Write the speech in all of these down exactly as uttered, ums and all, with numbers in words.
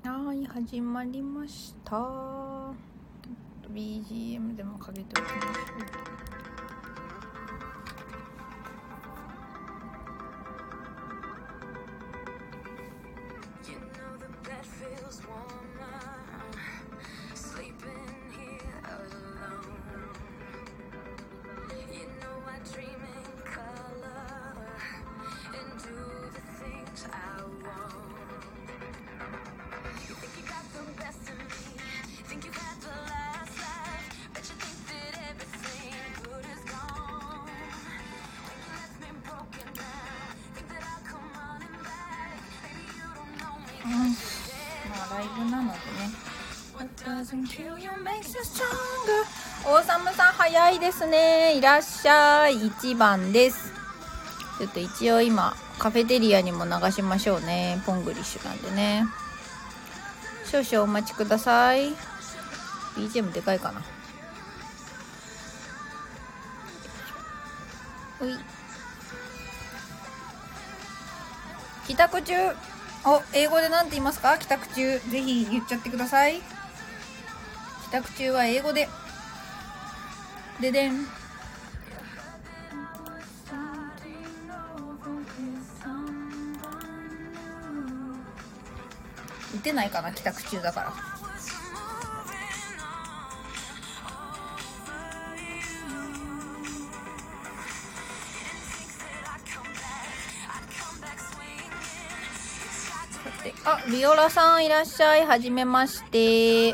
はい、始まりました。 ビージーエム でもかけておきましょう。まあライブなのでね。オーサムさん早いですね。いらっしゃい。いちばんです。ちょっと一応今カフェテリアにも流しましょうね。ポングリッシュなんでね。少々お待ちください。 ビージーエム でかいかな。うい。帰宅中。お、英語でなんて言いますか？帰宅中。ぜひ言っちゃってください。帰宅中は英語で。ででん。打てないかな、帰宅中だから。あ、ビオラさんいらっしゃい。はじめまして。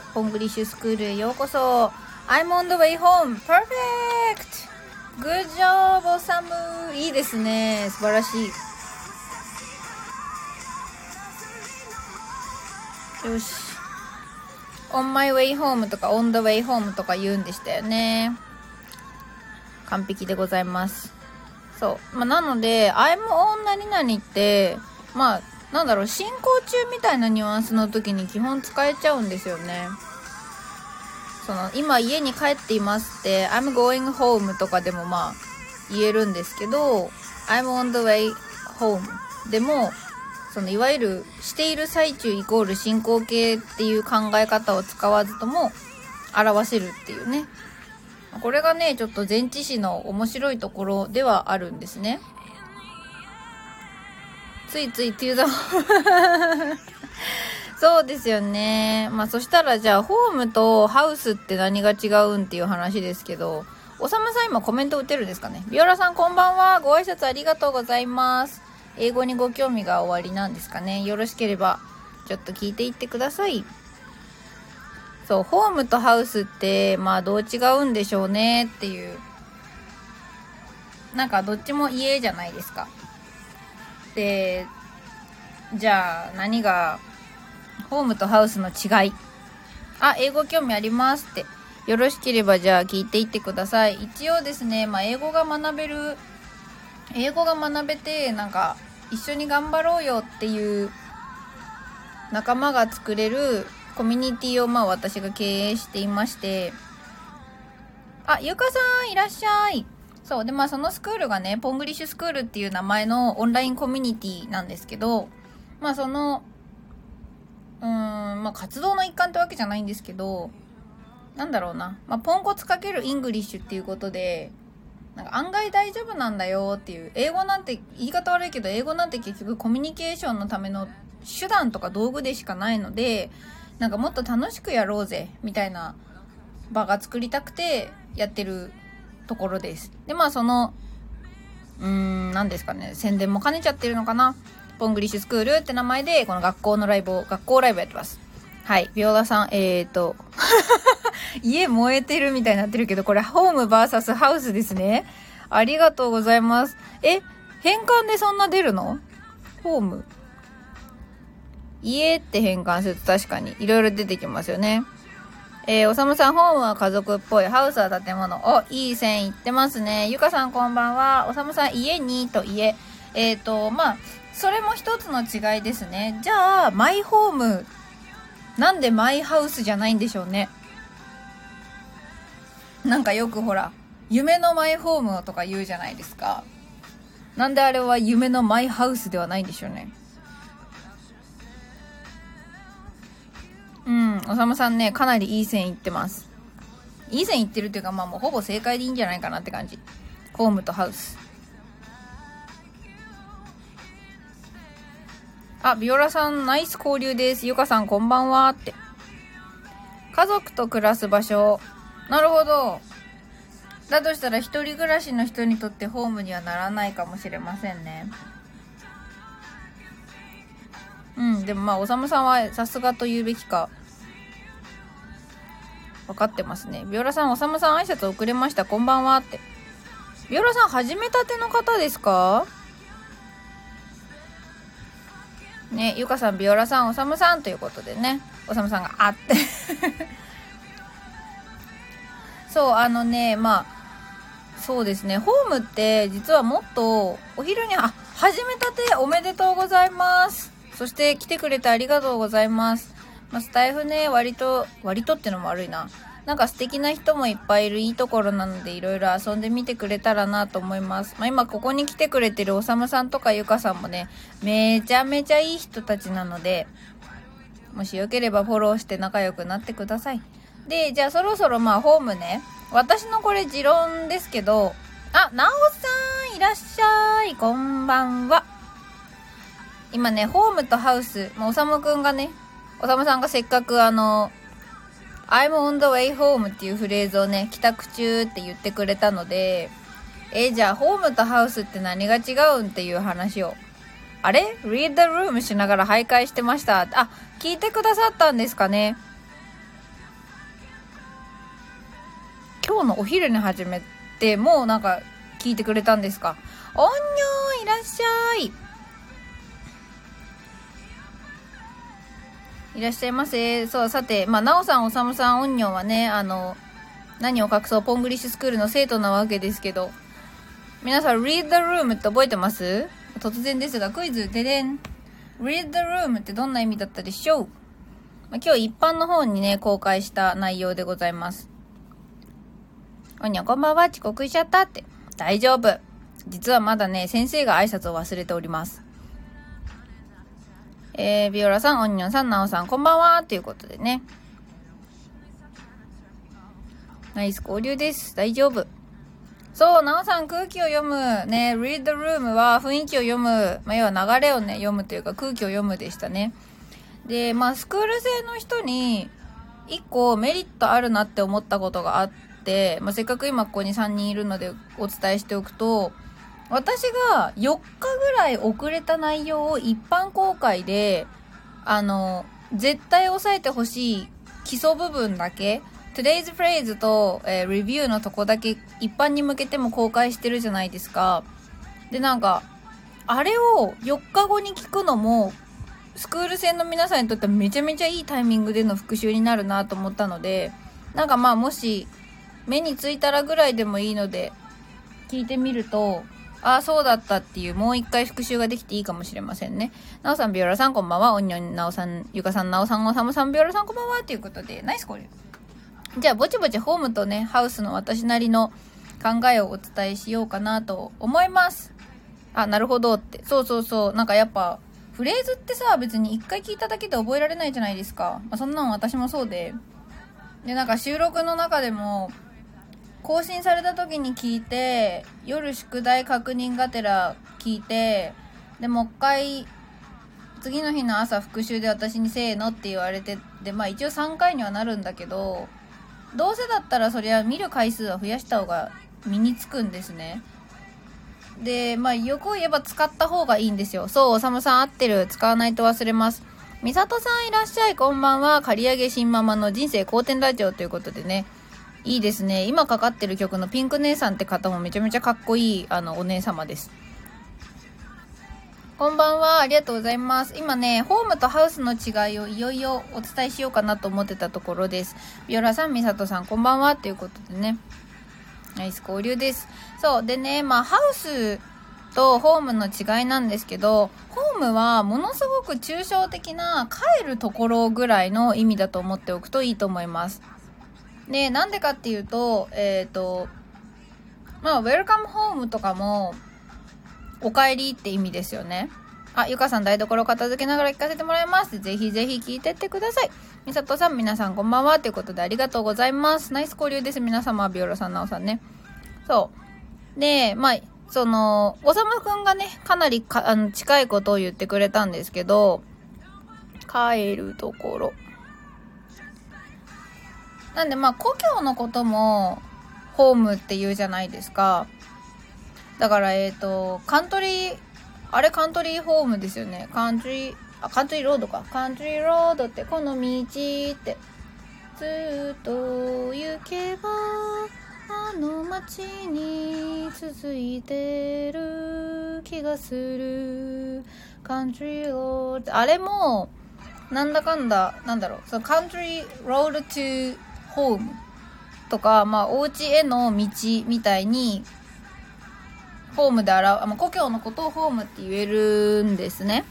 ポングリッシュスクールへようこそ。I'm on the way home. Perfect. Good job, オサム。いいですね。素晴らしい。よし。On my way home とか On the way home とか言うんでしたよね。完璧でございます。そう。まあ、なので、I'm on 何々って、まあ、なんだろう、進行中みたいなニュアンスの時に基本使えちゃうんですよね。その、今家に帰っていますって、I'm going home とかでもまあ、言えるんですけど、I'm on the way home でも、その、いわゆる、している最中イコール進行形っていう考え方を使わずとも、表せるっていうね。これがね、ちょっと前置詞の面白いところではあるんですね。ついつい to the そうですよね。まあそしたらじゃあホームとハウスって何が違うんっていう話ですけど、おさむさん今コメント打てるんですかね。ビオラさんこんばんは。ご挨拶ありがとうございます。英語にご興味がおありなんですかね。よろしければちょっと聞いていってください。そう、ホームとハウスってまあどう違うんでしょうねっていう。なんかどっちも家じゃないですか。で、じゃあ何がホームとハウスの違い。あ、英語興味ありますって。よろしければじゃあ聞いていってください。一応ですね、まあ英語が学べる、英語が学べて、なんか一緒に頑張ろうよっていう仲間が作れるコミュニティをまあ私が経営していまして。あ、ゆかさんいらっしゃい。そう。で、まあそのスクールがね、ポングリッシュスクールっていう名前のオンラインコミュニティなんですけど、まあその、うーん、まあ活動の一環ってわけじゃないんですけど、なんだろうな。まあポンコツかけるイングリッシュっていうことで、なんか案外大丈夫なんだよっていう、英語なんて、言い方悪いけど、英語なんて結局コミュニケーションのための手段とか道具でしかないので、なんかもっと楽しくやろうぜ、みたいな場が作りたくてやってるところです。で、まあその、うーん、何ですかね、宣伝も兼ねちゃってるのかな。ポングリッシュスクールって名前で、この学校のライブを、学校ライブやってます。はい。ビオラさん、えーと、家燃えてるみたいになってるけど、これ、ホーム ブイエス ハウスですね。ありがとうございます。え、変換でそんな出るの？ホーム。家って変換すると確かにいろいろ出てきますよね。えー、おさむさん、ホームは家族っぽい。ハウスは建物。お、いい線いってますね。ゆかさんこんばんは。おさむさん、家にと家。えーと、まあ、それも一つの違いですね。じゃあ、マイホーム。なんでマイハウスじゃないんでしょうね。なんかよくほら、夢のマイホームとか言うじゃないですか。なんであれは夢のマイハウスではないんでしょうね。 うん、おさむさんね、かなりいい線いってます。いい線いってるっていうか、まあもうほぼ正解でいいんじゃないかなって感じ。ホームとハウス。あ、ビオラさんナイス交流です。ゆかさんこんばんはって。家族と暮らす場所。なるほど。だとしたら一人暮らしの人にとってホームにはならないかもしれませんね。うん、でもまあおさむさんはさすがと言うべきか分かってますね。ビオラさん、おさむさん挨拶遅れました、こんばんはって。ビオラさん始めたての方ですかね。ゆかさん、ビオラさん、おさむさんということでね、おさむさんがあってそう、あのね、まあそうですね、ホームって実はもっとお昼に、あ、始めたておめでとうございます。そして来てくれてありがとうございます。まあ、スタイフね、割と割とってのも悪いな、なんか素敵な人もいっぱいいるいいところなので、いろいろ遊んでみてくれたらなと思います。まあ、今ここに来てくれてるおさむさんとかゆかさんもね、めちゃめちゃいい人たちなので、もしよければフォローして仲良くなってください。で、じゃあそろそろまあホームね、私のこれ持論ですけど、あ、なおさんいらっしゃい、こんばんは。今ね、ホームとハウス、まあ、おさむくんがね、おさむさんがせっかくあの、I'm on the way home っていうフレーズをね、帰宅中って言ってくれたので、え、じゃあホームとハウスって何が違うんっていう話を、あれ ?Read the room しながら徘徊してました。あ、聞いてくださったんですかね。今日のお昼に始めて、もうなんか聞いてくれたんですか。おんにょーいらっしゃい。いらっしゃいませ。そう、さて、まあ、なおさん、おさむさん、おんにょんはね、あの、何を隠そう、ポングリッシュスクールの生徒なわけですけど、皆さん、read the room って覚えてます？突然ですが、クイズ、ででん。read the room ってどんな意味だったでしょう？まあ、今日一般の方にね、公開した内容でございます。おんにょん、こんばんは、遅刻しちゃったって。大丈夫。実はまだね、先生が挨拶を忘れております。えー、ビオラさん、おんにょんさん、なおさん、こんばんはということでね。ナイス交流です。大丈夫。そう、なおさん、空気を読む。ね、read the room は雰囲気を読む。まあ、要は流れをね、読むというか空気を読むでしたね。で、まあ、スクール生の人に、一個メリットあるなって思ったことがあって、まあ、せっかく今ここにさんにんいるのでお伝えしておくと、私がよっかぐらい遅れた内容を一般公開で、あの、絶対押さえてほしい基礎部分だけ、Today's Phrase と、えー、レビューのとこだけ一般に向けても公開してるじゃないですか。で、なんか、あれをよっかごに聞くのも、スクール生の皆さんにとってはめちゃめちゃいいタイミングでの復習になるなと思ったので、なんかまあもし目についたらぐらいでもいいので、聞いてみると、ああ、そうだったっていう、もう一回復習ができていいかもしれませんね。なおさん、ビオラさん、こんばんは。おんにょん、なおさん、ゆかさん、なおさん、おさむさん、ビオラさん、こんばんは。ということで、ナイスこれ。じゃあ、ぼちぼちホームとね、ハウスの私なりの考えをお伝えしようかなと思います。あ、なるほどって。そうそうそう。なんかやっぱ、フレーズってさ、別に一回聞いただけで覚えられないじゃないですか。まあ、そんなの私もそうで。で、なんか収録の中でも、更新された時に聞いて、夜宿題確認がてら聞いて、でもう一回次の日の朝復習で私にせーのって言われて、でまあ一応さんかいにはなるんだけど、どうせだったらそりゃ見る回数は増やした方が身につくんですね。でまあ欲を言えば使った方がいいんですよ。そう、おさむさん合ってる。使わないと忘れます。みさとさんいらっしゃい、こんばんは。刈り上げ新ママの人生好転ラジオということでね、いいですね。今かかってる曲のピンク姉さんって方もめちゃめちゃかっこいいあのお姉様です。こんばんは、ありがとうございます。今ね、ホームとハウスの違いをいよいよお伝えしようかなと思ってたところです。ビオラさん、みさとさん、こんばんはということでね、ナイス交流です。そうでね、まあハウスとホームの違いなんですけど、ホームはものすごく抽象的な帰るところぐらいの意味だと思っておくといいと思います。で、なんでかっていうと、えっと、まあ、ウェルカムホームとかも、お帰りって意味ですよね。 あ、ゆかさん台所片付けながら聞かせてもらいます。ぜひぜひ聞いてってください。みさとさん、皆さんこんばんは。ということでありがとうございます。ナイス交流です。皆様、ビオラさん、なおさんね。そう。で、まあ、その、おさむくんがね、かなりかあの近いことを言ってくれたんですけど、帰るところ。なんでまあ、故郷のことも、ホームって言うじゃないですか。だから、えっと、カントリー、あれカントリーホームですよね。カントリー、あ、カントリーロードか。カントリーロードってこの道って、ずっと行けば、あの街に続いてる気がする。カントリーロード。あれも、なんだかんだ、なんだろう。そのカントリーロードトゥホームとか、まあ、お家への道みたいに、ホームで表う、故郷のことをホームって言えるんですね。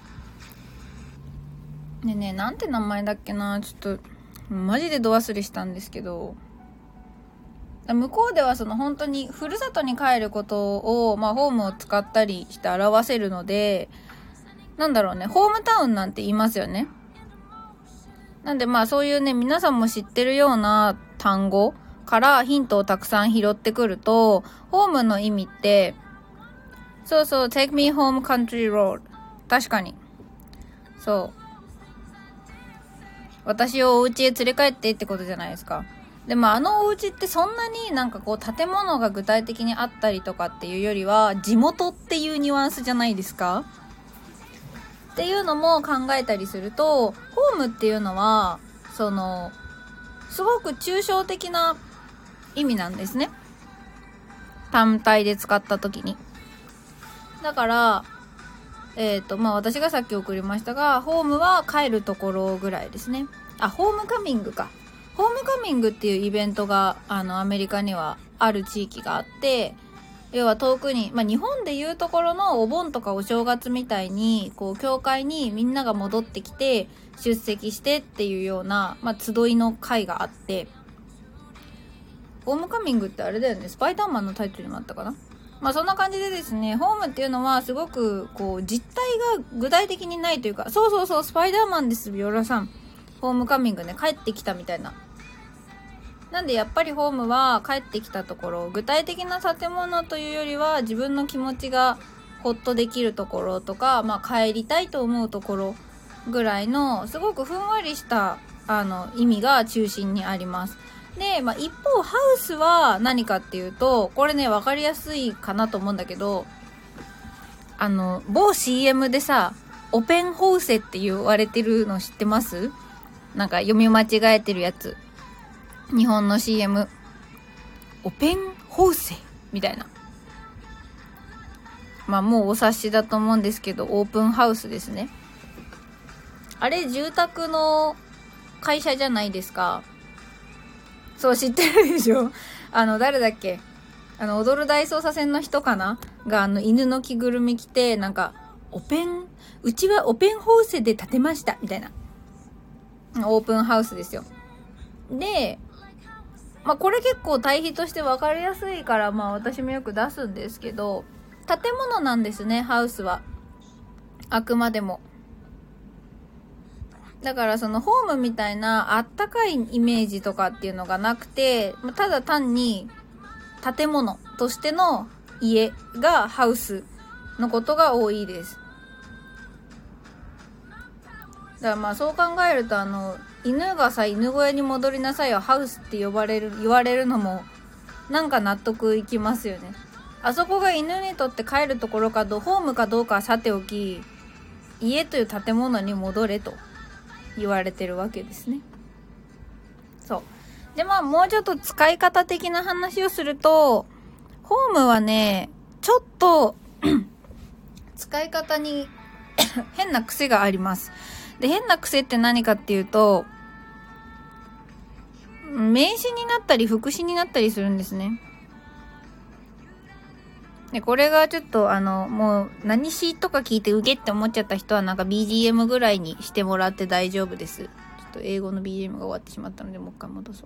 でね、なんて名前だっけな、ちょっとマジでど忘れしたんですけど、向こうではその本当にふるさとに帰ることを、まあ、ホームを使ったりして表せるので、なんだろうね、ホームタウンなんて言いますよね。なんでまあそういうね、皆さんも知ってるような単語からヒントをたくさん拾ってくると、ホームの意味って、そうそう、take me home country road。確かに。そう。私をお家へ連れ帰ってってことじゃないですか。でもあのお家ってそんなになんかこう建物が具体的にあったりとかっていうよりは、地元っていうニュアンスじゃないですかっていうのも考えたりすると、ホームっていうのは、その、すごく抽象的な意味なんですね。単体で使った時に。だから、えっと、まあ私がさっき送りましたが、ホームは帰るところぐらいですね。あ、ホームカミングか。ホームカミングっていうイベントが、あの、アメリカにはある地域があって、要は遠くに、まあ日本でいうところのお盆とかお正月みたいに、こう、教会にみんなが戻ってきて、出席してっていうような、まあ集いの会があって、ホームカミングってあれだよね、スパイダーマンのタイトルにもあったかな。まあそんな感じでですね、ホームっていうのはすごくこう実態が具体的にないというか、そうそうそう、スパイダーマンです、ビオラさん。ホームカミングね、帰ってきたみたいな。なんでやっぱりホームは帰ってきたところ、具体的な建物というよりは自分の気持ちがホッとできるところとか、まあ帰りたいと思うところぐらいのすごくふんわりしたあの意味が中心にあります。で、まあ、一方ハウスは何かっていうと、これね分かりやすいかなと思うんだけど、あの某 シーエム でさ、オペンホーセって言われてるの知ってます？なんか読み間違えてるやつ、日本の シーエム オペンホーセみたいな、まあもうお察しだと思うんですけど、オープンハウスですね。あれ住宅の会社じゃないですか。そう、知ってるでしょ。あの誰だっけ、あの踊る大捜査線の人かなが、あの犬の着ぐるみ着て、なんかオペン、うちはオペンホーセで建てましたみたいな、オープンハウスですよ。で、まあこれ結構対比として分かりやすいから、まあ私もよく出すんですけど、建物なんですね、ハウスは。あくまでも。だからそのホームみたいなあったかいイメージとかっていうのがなくて、ただ単に建物としての家がハウスのことが多いです。だからまあそう考えると、あの犬がさ、犬小屋に戻りなさいよハウスって呼ばれる言われるのもなんか納得いきますよね。あそこが犬にとって帰るところかどホームかどうかはさておき、家という建物に戻れと言われてるわけですね。そうで、まあもうちょっと使い方的な話をすると、ホームはねちょっと使い方に変な癖があります。で、変な癖って何かっていうと、名詞になったり副詞になったりするんですね。で、これがちょっとあのもう何詞とか聞いてウゲって思っちゃった人は、なんか ビージーエム ぐらいにしてもらって大丈夫です。ちょっと英語の ビージーエム が終わってしまったので、もう一回戻そう。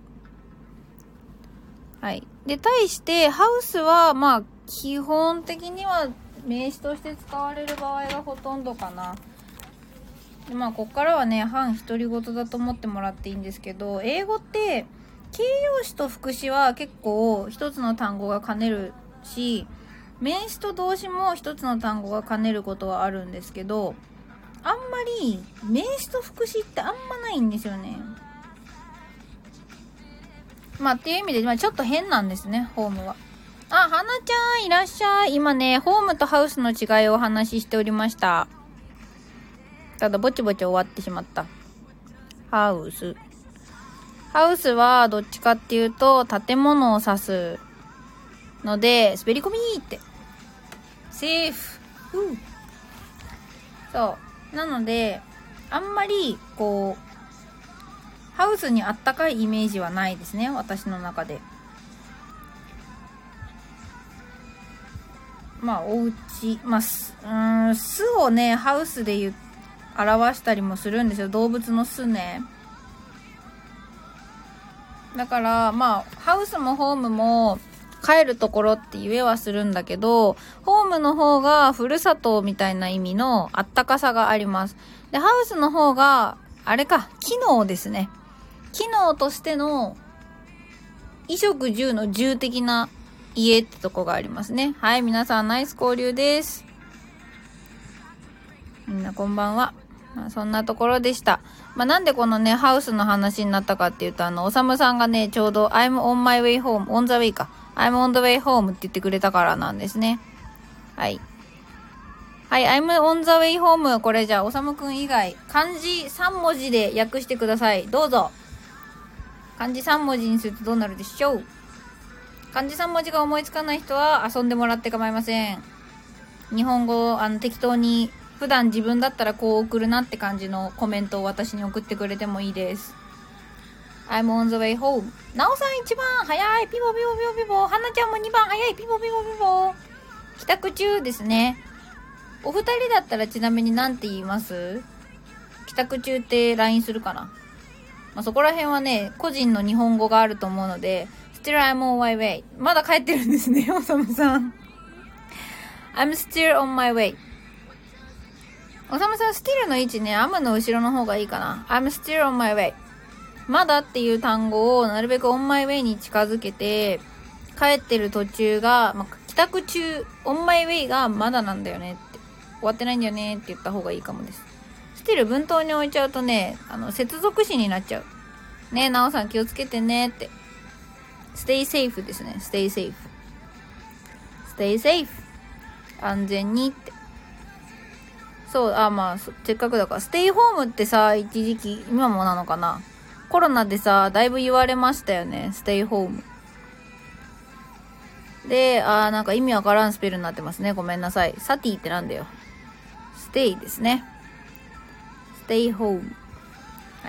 はい。で、対してハウスはまあ基本的には名詞として使われる場合がほとんどかな。でまあこっからはね半独り言だと思ってもらっていいんですけど、英語って形容詞と副詞は結構一つの単語が兼ねるし、名詞と動詞も一つの単語が兼ねることはあるんですけど、あんまり名詞と副詞ってあんまないんですよね。まあっていう意味で、まあ、ちょっと変なんですね、ホームは。あ、はなちゃんいらっしゃい。今ねホームとハウスの違いをお話ししておりました。ただぼちぼち終わってしまった。ハウスハウスはどっちかっていうと建物を指すので、滑り込みーってセーフ、うん、そうなのであんまりこうハウスにあったかいイメージはないですね、私の中で。まあお家、まあすうーん巣をねハウスで言表したりもするんですよ、動物の巣ね。だからまあハウスもホームも帰るところって言えはするんだけど、ホームの方がふるさとみたいな意味のあったかさがあります。でハウスの方があれか、機能ですね。機能としての衣食住の住的な家ってとこがありますね。はい、皆さんナイス交流です。みんなこんばんは。まあ、そんなところでした。まあ、なんでこのねハウスの話になったかっていうと、あのおさむさんがねちょうど I'm on my way home on the way か I'm on the way home って言ってくれたからなんですね。はいはい、I'm on the way home。 これじゃあおさむくん以外漢字さん文字で訳してください。どうぞ。漢字さん文字にするとどうなるでしょう。漢字さん文字が思いつかない人は遊んでもらって構いません。日本語あの適当に普段自分だったらこう送るなって感じのコメントを私に送ってくれてもいいです。 I'm on the way home。 なおさん一番早い、ピボピボピボピボ。はなちゃんもにばん早い、ピボピボピボ。帰宅中ですね。お二人だったらちなみに何て言います？帰宅中って ライン するかな。まあ、そこら辺はね個人の日本語があると思うので、 Still I'm on my way。 まだ帰ってるんですね、おさむさん。 I'm still on my way。おさむさん、スティルの位置ね、アムの後ろの方がいいかな。I'm still on my way。 まだっていう単語をなるべく on my way に近づけて、帰ってる途中が、まあ、帰宅中 on my way がまだなんだよねって、終わってないんだよねって言った方がいいかもです。スティル文頭に置いちゃうとね、あの接続詞になっちゃうね。なおさん気をつけてねって。 Stay safe ですね。 Stay safe Stay safe 安全にって。そう、あ、まあ、せっかくだから、ステイホームってさ、一時期、今もなのかな。コロナでさ、だいぶ言われましたよね、ステイホーム。で、あー、なんか意味わからんスペルになってますね。ごめんなさい。サティってなんだよ。ステイですね。ステイホーム。はい。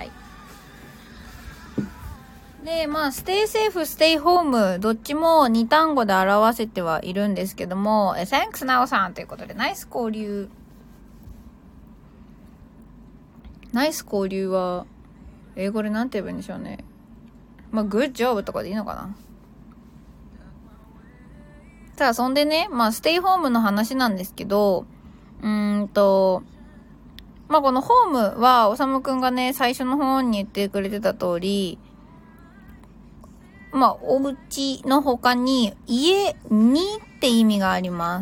で、まあ、ステイセーフ、ステイホーム、どっちもに単語で表せてはいるんですけども、Thanks なおさんということで、ナイス交流。ナイス交流は英語でなんて言えばいいんでしょうね。まあ good job とかでいいのかな。さあそんでね、まあステイホームの話なんですけど、うーんとまあこのホームはおさむくんがね最初の方に言ってくれてた通り、まあお家の他に家にって意味があります。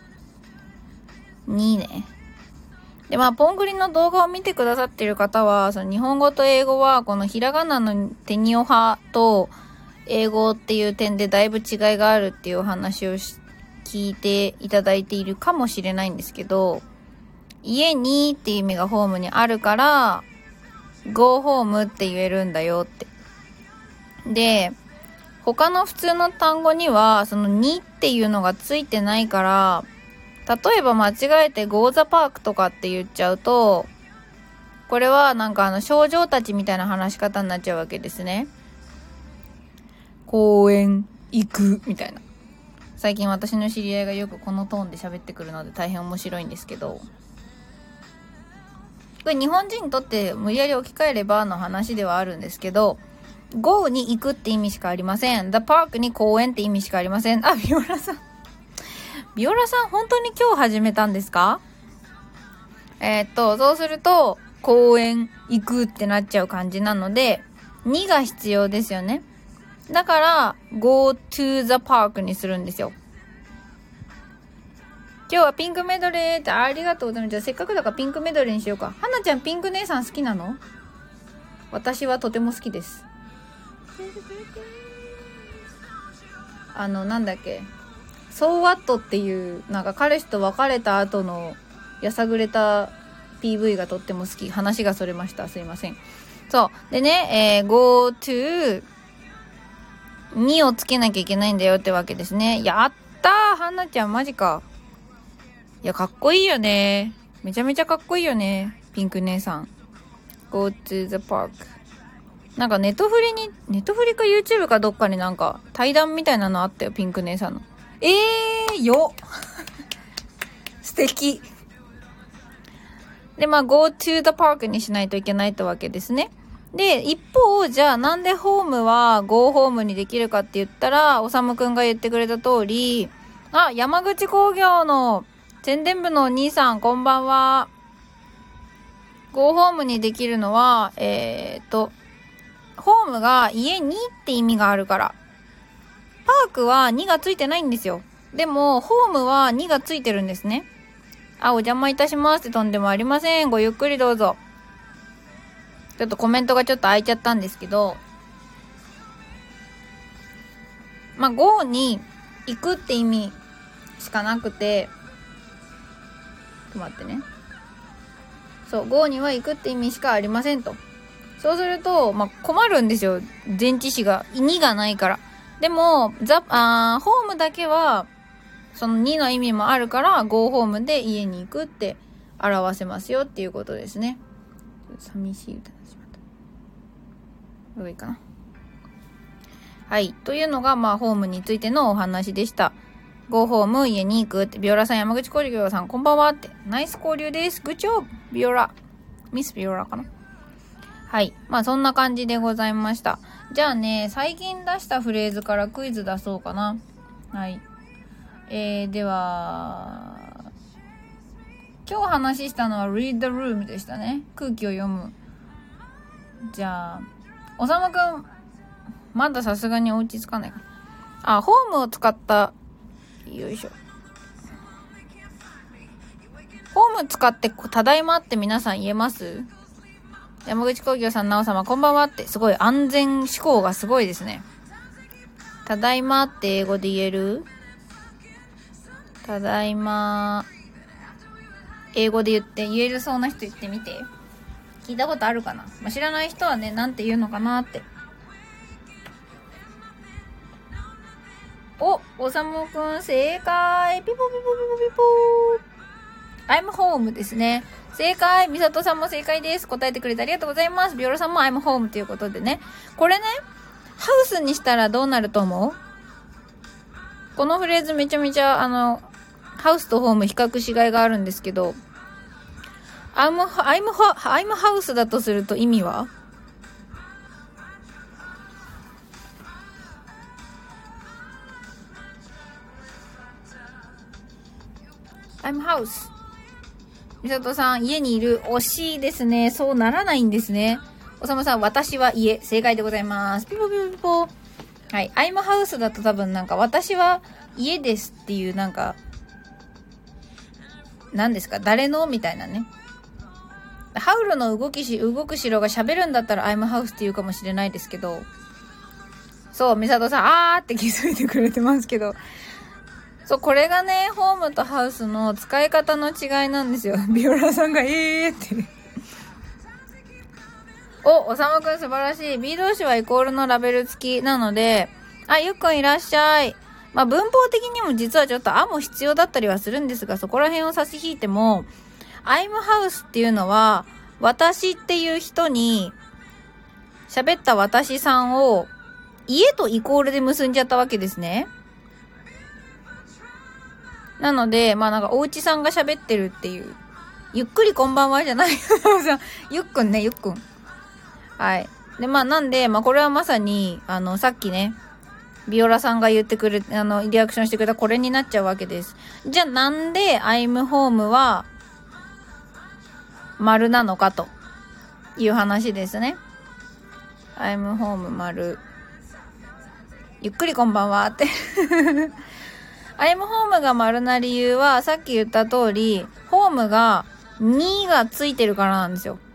にね。で、まあ、ポングリの動画を見てくださっている方は、その日本語と英語は、このひらがなのテニオ派と英語っていう点でだいぶ違いがあるっていうお話をし聞いていただいているかもしれないんですけど、家にっていう意味がホームにあるから、go home って言えるんだよって。で、他の普通の単語には、そのにっていうのがついてないから、例えば間違えて Go the Park とかって言っちゃうと、これはなんかあの少女たちみたいな話し方になっちゃうわけですね。公園行くみたいな。最近私の知り合いがよくこのトーンで喋ってくるので大変面白いんですけど、これ日本人にとって無理やり置き換えればの話ではあるんですけど、Go に行くって意味しかありません。The Park に公園って意味しかありません。あ、ビオラさんビオラさん本当に今日始めたんですか？えー、っと、そうすると、公園行くってなっちゃう感じなので、にが必要ですよね。だから、go to the park にするんですよ。今日はピンクメドレーって、ありがとうございます。じゃあせっかくだからピンクメドレーにしようか。はなちゃんピンク姉さん好きなの？私はとても好きです。あの、なんだっけ。So What っていう、なんか彼氏と別れた後のやさぐれた ピーブイ がとっても好き。話がそれました。すいません。そう。でね、えー、go to にをつけなきゃいけないんだよってわけですね。やったー、はなちゃんマジか。いや、かっこいいよね。めちゃめちゃかっこいいよね。ピンク姉さん。go to the park。なんかネットフリに、ネットフリか YouTube かどっかになんか対談みたいなのあったよ、ピンク姉さんの。えーよ素敵。で、まあ go to the park にしないといけないってわけですね。で、一方、じゃあなんでホームは go ホームにできるかって言ったら、おさむくんが言ってくれた通り、あ、山口工業の宣伝部のお兄さん、こんばんは。go ホームにできるのは、えーっと、ホームが家にって意味があるから。パークはにがついてないんですよ。でも、ホームはにがついてるんですね。あ、お邪魔いたしますってとんでもありません。ごゆっくりどうぞ。ちょっとコメントがちょっと空いちゃったんですけど、まあ、go に行くって意味しかなくて、ちょっと待ってね。そう、go には行くって意味しかありませんと。そうすると、まあ、困るんですよ。前置詞が、にがないから。でも、ザ、あー、ホームだけは、そのにの意味もあるから、go ホームで家に行くって表せますよっていうことですね。寂しい歌にしまった。どういいかな。はい。というのが、まあ、ホームについてのお話でした。go ホーム、家に行くって、ビオラさん、山口工業さん、こんばんはって。ナイス交流です。グッジョブビオラ。ミスビオラかな。はい。まあ、そんな感じでございました。じゃあね、最近出したフレーズからクイズ出そうかな。はい。えー、では、今日話したのは read the room でしたね。空気を読む。じゃあ、おさむくん、まださすがにお家着かないかな。あ、ホームを使った、よいしょ。ホーム使って、ただいまって皆さん言えます？山口工業さん、なお様、こんばんはって、すごい安全思考がすごいですね。ただいまって英語で言える？ただいま、英語で言って、言えるそうな人言ってみて。聞いたことあるかな？まあ、知らない人はね、なんて言うのかなって。お、おさむくん正解。ピポピポピポピポ。I'm home ですね。正解。みさとさんも正解です。答えてくれてありがとうございます。ビオラさんも I'm home ということでね。これね、ハウスにしたらどうなると思う？このフレーズめちゃめちゃ、あの、ハウスとホーム比較しがいがあるんですけど、I'm, I'm, I'm house だとすると意味は？I'm house。みさとさん、家にいる。惜しいですね。そうならないんですね。おさむさん、私は家。正解でございます。ピポピポピポ。はい。I'm house だと多分なんか、私は家ですっていうなんか、何ですか？誰のみたいなね。ハウルの動きし、動く城が喋るんだったら I'm house って言うかもしれないですけど、そう、みさとさん、あーって気づいてくれてますけど、そう、これがね、ホームとハウスの使い方の違いなんですよ。ビオラさんが、えーって。お、おさむくん素晴らしい。B 動詞はイコールのラベル付きなので、あ、ゆっくんいらっしゃい。まあ、文法的にも実はちょっとあも必要だったりはするんですが、そこら辺を差し引いても、I'm house っていうのは、私っていう人に、喋った私さんを、家とイコールで結んじゃったわけですね。なので、まあなんかおうちさんが喋ってるっていう、ゆっくりこんばんはじゃないゆっくんね、ゆっくん。はい。で、まあなんで、まあこれはまさに、あの、さっきね、 ビオラさんが言ってくれ、あの、リアクションしてくれたこれになっちゃうわけです。じゃあなんで I'm home は丸なのかという話ですね。I'm home 丸。ゆっくりこんばんはって。I'm home が丸な理由は、さっき言った通り、ホームがにがついてるからなんですよ。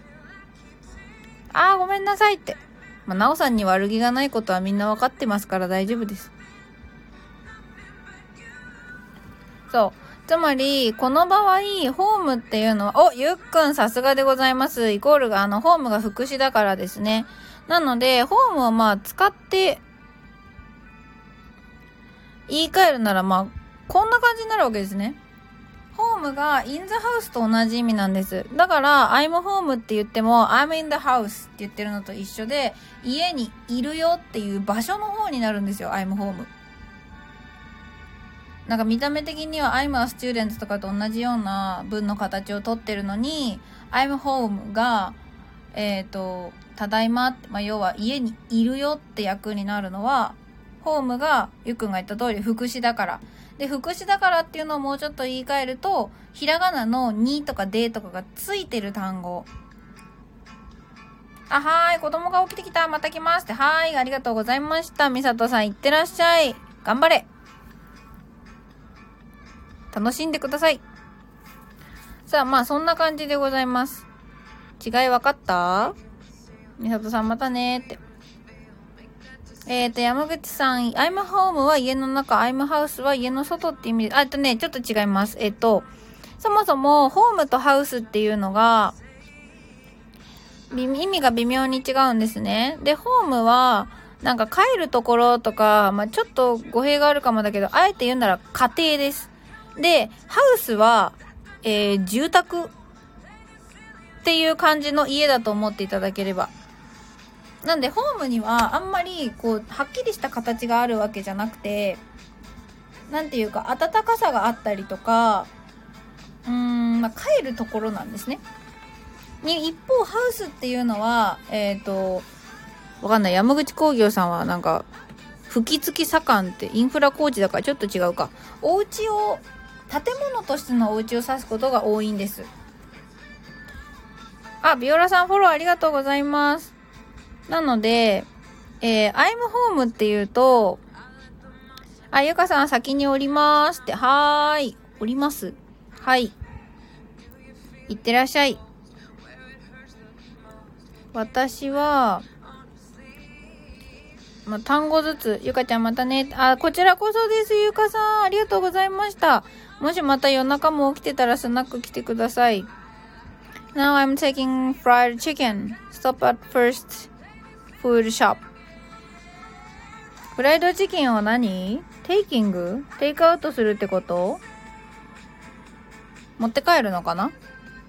あーごめんなさいって。まあ、なおさんに悪気がないことはみんなわかってますから大丈夫です。そう。つまり、この場合、ホームっていうのは、お、ゆっくんさすがでございます。イコールが、あの、ホームが副詞だからですね。なので、ホームをまあ、使って、言い換えるなら、まあ、こんな感じになるわけですね。ホームが in the house と同じ意味なんです。だから、I'm home って言っても、I'm in the house って言ってるのと一緒で、家にいるよっていう場所の方になるんですよ、I'm home。なんか見た目的には I'm a student とかと同じような文の形をとってるのに、I'm home が、えっと、ただいまって、まあ、要は家にいるよって役になるのは、ホームがゆっくんが言った通り副詞だから。で、副詞だからっていうのをもうちょっと言い換えると、ひらがなのにとかでとかがついてる単語。あ、はーい、子供が起きてきた。また来ますって。はーい、ありがとうございました。みさとさん、いってらっしゃい。頑張れ。楽しんでください。さあ、まあ、そんな感じでございます。違い分かった？みさとさん、またねーって。えっと、山口さん、I'm home は家の中、I'm house は家の外って意味で、あ、えっとね、ちょっと違います。えっと、そもそも、ホームとハウスっていうのが、意味が微妙に違うんですね。で、ホームは、なんか帰るところとか、まあちょっと語弊があるかもだけど、あえて言うなら家庭です。で、ハウスは、えー、住宅っていう感じの家だと思っていただければ。なんでホームにはあんまりこうはっきりした形があるわけじゃなくて、なんていうか温かさがあったりとか、うーん、まあ、帰るところなんですね。に一方ハウスっていうのはえっとわかんない、山口工業さんはなんか吹き付き盛んってインフラ工事だからちょっと違うか。お家を建物としてのお家を指すことが多いんです。あ、ビオラさんフォローありがとうございます。なので、えー、I'm home って言うと、あ、ゆかさん先に降りますって、はーい、降ります。はい。いってらっしゃい。私は、まあ、単語ずつ、ゆかちゃんまたね。あ、こちらこそです、ゆかさん。ありがとうございました。もしまた夜中も起きてたらスナック来てください。Now I'm taking fried chicken. Stop at first food shop. フライドチキンを何？テイキング？テイクアウトするってこと？持って帰るのかな？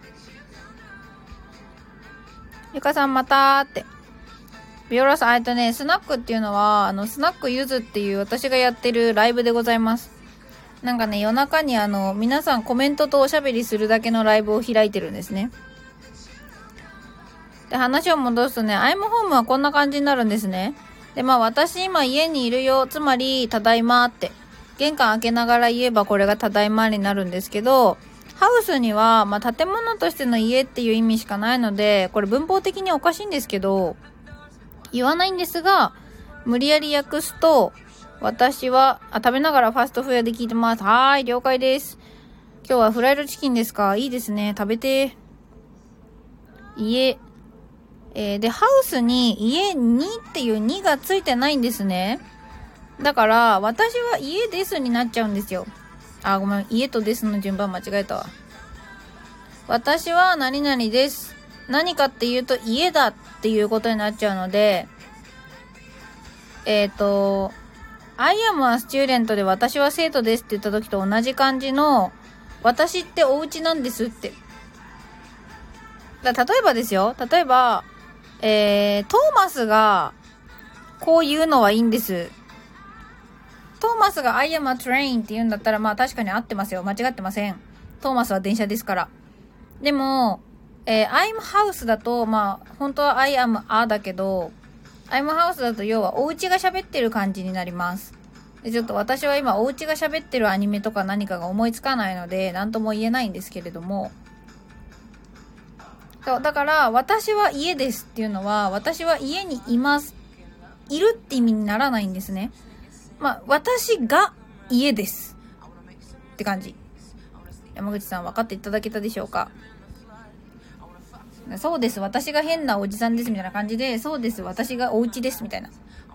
ゆかさんまたーって。ビオラさん、えっとね、スナックっていうのは、あの、スナックゆずっていう私がやってるライブでございます。なんかね、夜中にあの、皆さんコメントとおしゃべりするだけのライブを開いてるんですね。で、話を戻すとね、I'm home はこんな感じになるんですね。で、まあ私今家にいるよ、つまり、ただいまって。玄関開けながら言えばこれがただいまになるんですけど、ハウスには、まあ建物としての家っていう意味しかないので、これ文法的におかしいんですけど、言わないんですが、無理やり訳すと、私は、あ、食べながらファストフードで聞いてます。はーい、了解です。今日はフライドチキンですか？いいですね。食べて。家。えー、で、ハウスに家にっていうにがついてないんですね。だから、私は家ですになっちゃうんですよ。あ、ごめん。家とですの順番間違えたわ。私は何々です。何かっていうと家だっていうことになっちゃうので、えっと、I am a student で私は生徒ですって言った時と同じ感じの、私ってお家なんですって。だ例えばですよ。例えば、えー、トーマスがこう言うのはいいんです。トーマスが I am a train って言うんだったらまあ確かに合ってますよ。間違ってません。トーマスは電車ですから。でも、えー、I'm house だとまあ本当は I am a だけど、 アイムハウスだと要はお家が喋ってる感じになります。でちょっと私は今お家が喋ってるアニメとか何かが思いつかないので何とも言えないんですけれども、そうだから私は家ですっていうのは私は家にいますいるって意味にならないんですね。まあ私が家ですって感じ。山口さん分かっていただけたでしょうか。そうです私が変なおじさんですみたいな感じで、そうです私がお家ですみたいな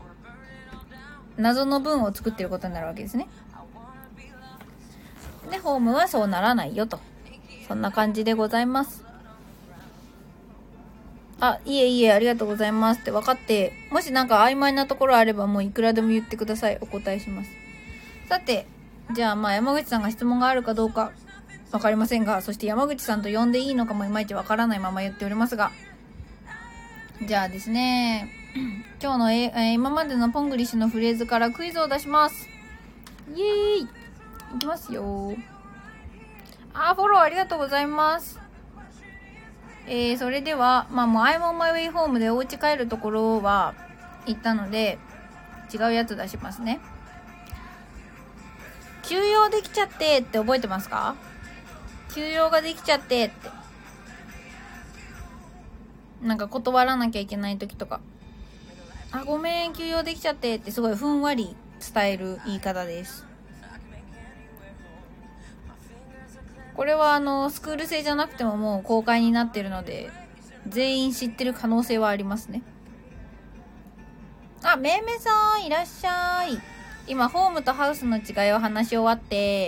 謎の文を作ってることになるわけですね。でホームはそうならないよと、そんな感じでございます。あ、いえいえありがとうございますって分かって、もしなんか曖昧なところあればもういくらでも言ってください。お答えします。さてじゃあまあ山口さんが質問があるかどうかわかりませんが、そして山口さんと呼んでいいのかもいまいちわからないまま言っておりますが、じゃあですね、今日の、えー、今までのポングリッシュのフレーズからクイズを出します。イエーイいきますよ。あーフォローありがとうございます。えー、それではまあもう I'm on my way home でお家帰るところは行ったので違うやつ出しますね。休養できちゃってって覚えてますか？休養ができちゃってってなんか断らなきゃいけない時とか、あごめん休養できちゃってってすごいふんわり伝える言い方です。これはあのスクール生じゃなくてももう公開になってるので全員知ってる可能性はありますね。あめいめいさんいらっしゃい。今ホームとハウスの違いを話し終わって、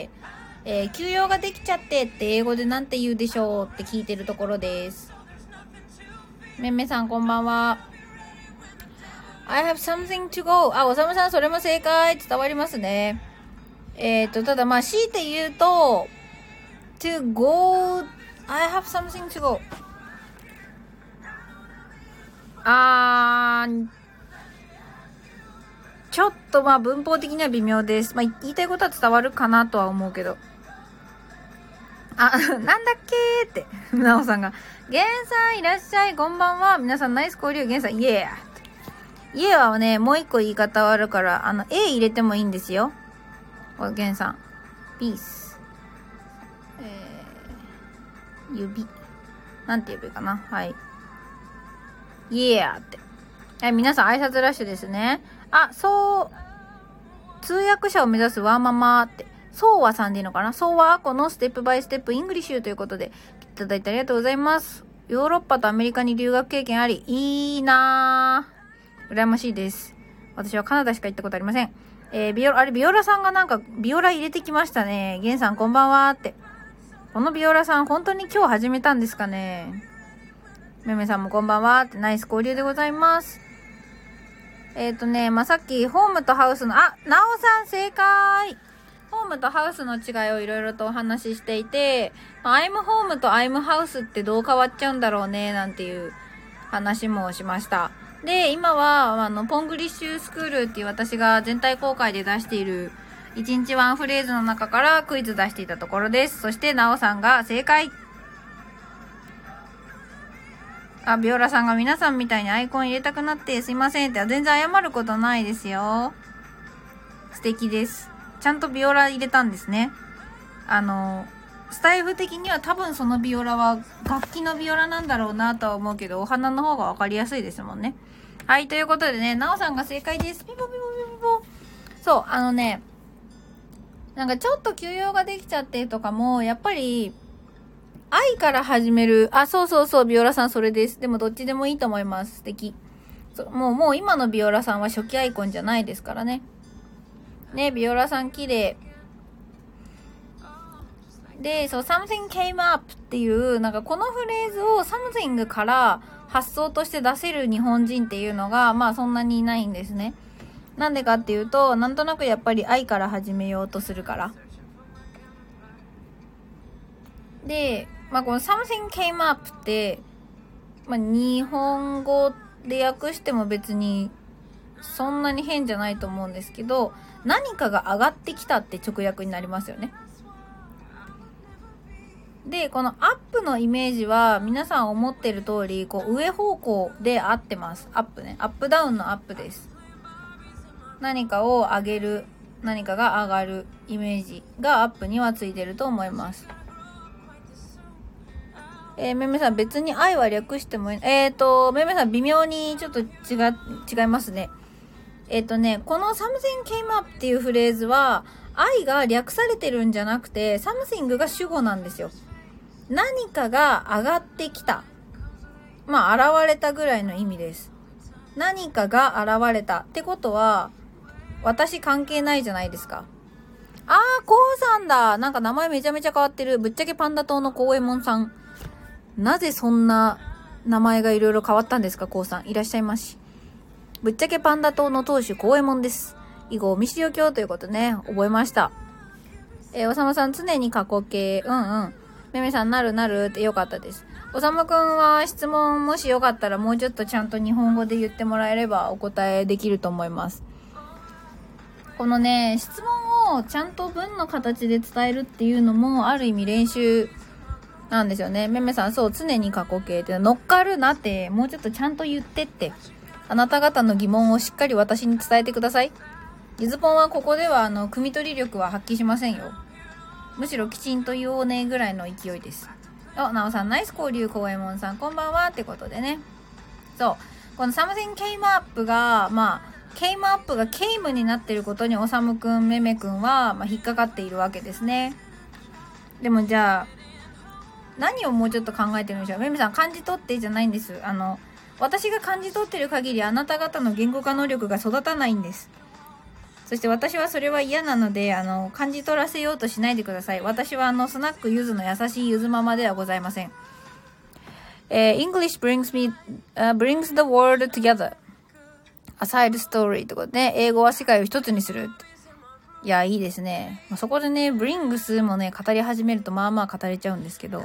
えー、休養ができちゃってって英語でなんて言うでしょうって聞いてるところです。めんめさんこんばんは。 I have something to go。 あ、おさむさんそれも正解、伝わりますね。えーとただまあ強いて言うと to go I have something to go あーちょっとまあ文法的には微妙です。まあ言いたいことは伝わるかなとは思うけど、あ、なんだっけーって、なおさんが。ゲンさんいらっしゃい、こんばんは。皆さんナイス交流、ゲンさん、イエー。イエーはね、もう一個言い方あるから、あの、A 入れてもいいんですよ。お、ゲンさん。ピース。えー、指。なんて言えばいいかな。はい。イエーって。はい、皆さん挨拶ラッシュですね。あ、そう、通訳者を目指すワーママって。そうはさんでいいのかな。そうはこのステップバイステップイングリッシュということでいただいてありがとうございます。ヨーロッパとアメリカに留学経験あり、いいなぁ。羨ましいです。私はカナダしか行ったことありません。えー、ビオラ、あれビオラさんがなんかビオラ入れてきましたね。ゲンさんこんばんはって。このビオラさん本当に今日始めたんですかね。めめさんもこんばんはって、ナイス交流でございます。えっ、ー、とね、まあ、さっきホームとハウスの、あ、なおさん正解。ホームとハウスの違いをいろいろとお話ししていて、アイムホームとアイムハウスってどう変わっちゃうんだろうねなんていう話もしました。で、今はあのポングリッシュスクールっていう私が全体公開で出しているいちにちワンフレーズの中からクイズ出していたところです。そしてなおさんが正解。あ、ビオラさんが皆さんみたいにアイコン入れたくなってすいませんって、全然謝ることないですよ。素敵です。ちゃんとビオラ入れたんですね。あの、スタイフ的には多分そのビオラは楽器のビオラなんだろうなとは思うけど、お花の方がわかりやすいですもんね。はい、ということでね、なおさんが正解です。ピポピポピポピポ。そう、あのね、なんかちょっと休養ができちゃってとかも、やっぱり、愛から始める。あ、そうそうそう、ビオラさんそれです。でもどっちでもいいと思います。素敵。そう、もう、もう今のビオラさんは初期アイコンじゃないですからね。ね、ビオラさん綺麗。で、そう、something came up っていう、なんかこのフレーズを something から発想として出せる日本人っていうのが、まあそんなにいないんですね。なんでかっていうと、なんとなくやっぱり愛から始めようとするから。で、まあこの something came up って、まあ日本語で訳しても別にそんなに変じゃないと思うんですけど、何かが上がってきたって直訳になりますよね。 で、このアップのイメージは皆さん思ってる通り、こう上方向で合ってます。アップね。アップダウンのアップです。何かを上げる、何かが上がるイメージがアップにはついてると思います。えー、めめさん別に愛は略してもいい。えーと、めめさん微妙にちょっと違、違いますね。えっとね、この something came up っていうフレーズは、愛が略されてるんじゃなくて、something が主語なんですよ。何かが上がってきた。まあ、現れたぐらいの意味です。何かが現れたってことは、私関係ないじゃないですか。あー、こうさんだ。なんか名前めちゃめちゃ変わってる。ぶっちゃけパンダ島のこうえもんさん。なぜそんな名前がいろいろ変わったんですか、こうさん。いらっしゃいまし。ぶっちゃけパンダ島の当主こうえもんです。以後、みしお経ということね、覚えました。えー、おさむさん常に過去形。うんうん。めめさんなるなるってよかったです。おさむくんは質問もしよかったらもうちょっとちゃんと日本語で言ってもらえればお答えできると思います。このね、質問をちゃんと文の形で伝えるっていうのもある意味練習なんですよね。めめさん、そう、常に過去形って乗っかるなって、もうちょっとちゃんと言ってって。あなた方の疑問をしっかり私に伝えてください。ゆずぽんはここではあの、汲み取り力は発揮しませんよ。むしろきちんと言おうねぐらいの勢いです。お、なおさん、ナイス交流、こうえもんさん、こんばんはってことでね。そう。この something came up が、まあ、came up が came になってることにおさむくん、めめくんは、まあ、引っかかっているわけですね。でもじゃあ、何をもうちょっと考えてるんでしょう。めめさん、感じ取ってじゃないんです。あの、私が感じ取ってる限りあなた方の言語化能力が育たないんです。そして私はそれは嫌なので、あの、感じ取らせようとしないでください。私はあの、スナックゆずの優しいゆずママではございません。えー、English brings me,、uh, brings the world together.A side story とかね、英語は世界を一つにする。いや、いいですね。まあ、そこでね、brings もね、語り始めるとまあまあ語れちゃうんですけど。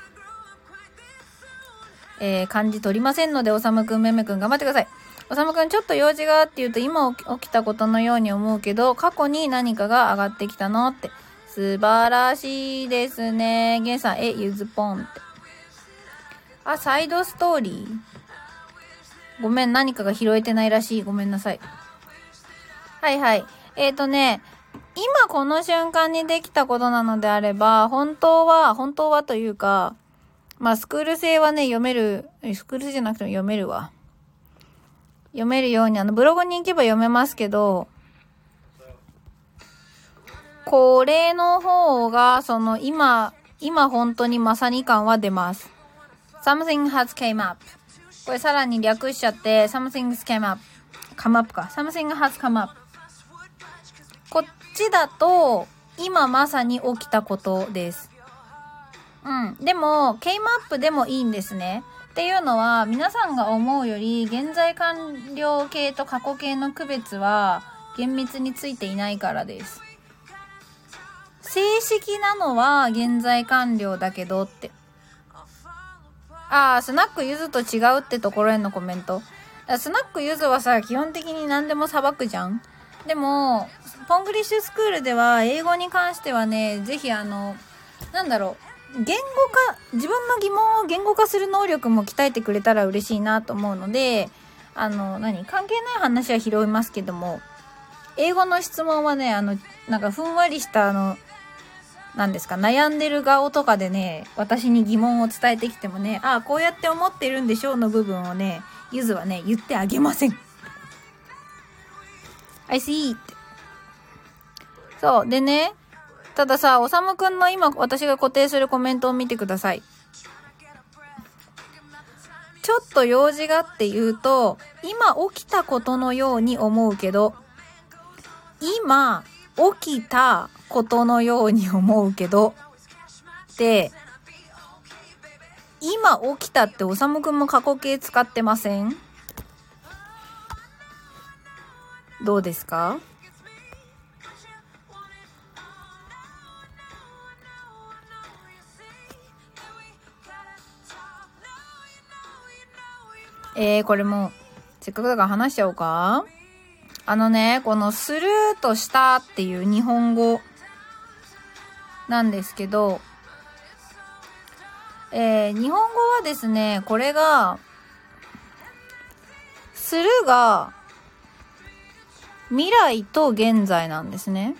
えー、漢字取りませんので、おさむくん、めめくん頑張ってください。おさむくん、ちょっと用事がって言うと、今起きたことのように思うけど、過去に何かが上がってきたのって。素晴らしいですね。ゲンさん、え、ゆずぽんって。あ、サイドストーリーごめん、何かが拾えてないらしい。ごめんなさい。はいはい。えーとね、今この瞬間にできたことなのであれば、本当は、本当はというか、まあスクール生はね、読める、スクール生じゃなくても読めるわ。読めるように、あの、ブログに行けば読めますけど、これの方が、その、今、今本当にまさに感は出ます。something has came up。これさらに略しちゃって、something's came up。come up か。something has come up。こっちだと、今まさに起きたことです。うん。でも、came up でもいいんですね。っていうのは、皆さんが思うより、現在完了形と過去形の区別は、厳密についていないからです。正式なのは、現在完了だけどって。あー、スナックゆずと違うってところへのコメント。スナックゆずはさ、基本的に何でも裁くじゃん。でも、ポングリッシュスクールでは、英語に関してはね、ぜひあの、なんだろう、言語化、自分の疑問を言語化する能力も鍛えてくれたら嬉しいなと思うので、あの、何関係ない話は拾いますけども、英語の質問はね、あの、なんかふんわりしたあの、なんですか、悩んでる顔とかでね、私に疑問を伝えてきてもね、ああ、こうやって思ってるんでしょうの部分をね、ゆずはね、言ってあげません。I see って。そう。でね、たださ、おさむくんの今私が固定するコメントを見てください。ちょっと用事がって言うと、今起きたことのように思うけど、今起きたことのように思うけど、で、今起きたっておさむくんも過去形使ってません？どうですか？えー、これもせっかくだから話しちゃおうか。あのね、このスルーとしたっていう日本語なんですけど、 えー、日本語はですね、これが、するが、未来と現在なんですね。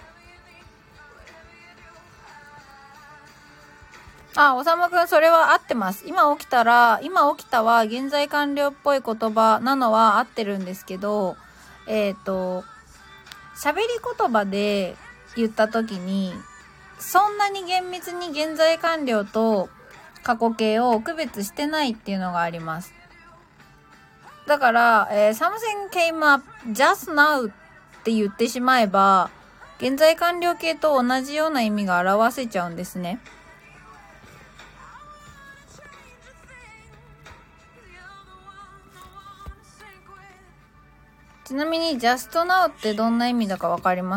あ、おさむくん、それは合ってます。今起きたら、今起きたは現在完了っぽい言葉なのは合ってるんですけど、えっと、喋り言葉で言ったときに、そんなに厳密に現在完了と過去形を区別してないっていうのがあります。だから、えー、something came up just now って言ってしまえば、現在完了形と同じような意味が表せちゃうんですね。ちなみに just now ってどんな意味だかわかります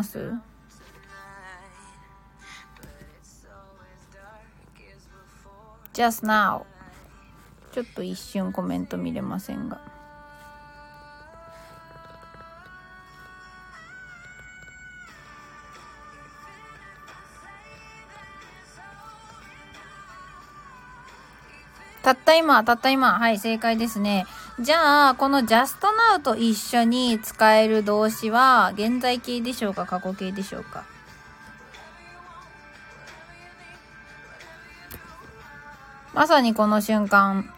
？just now ちょっと一瞬コメント見れませんが、たった今たった今はい、正解ですね。じゃあこの just now と一緒に使える動詞は現在形でしょうか、過去形でしょうか？まさにこの瞬間。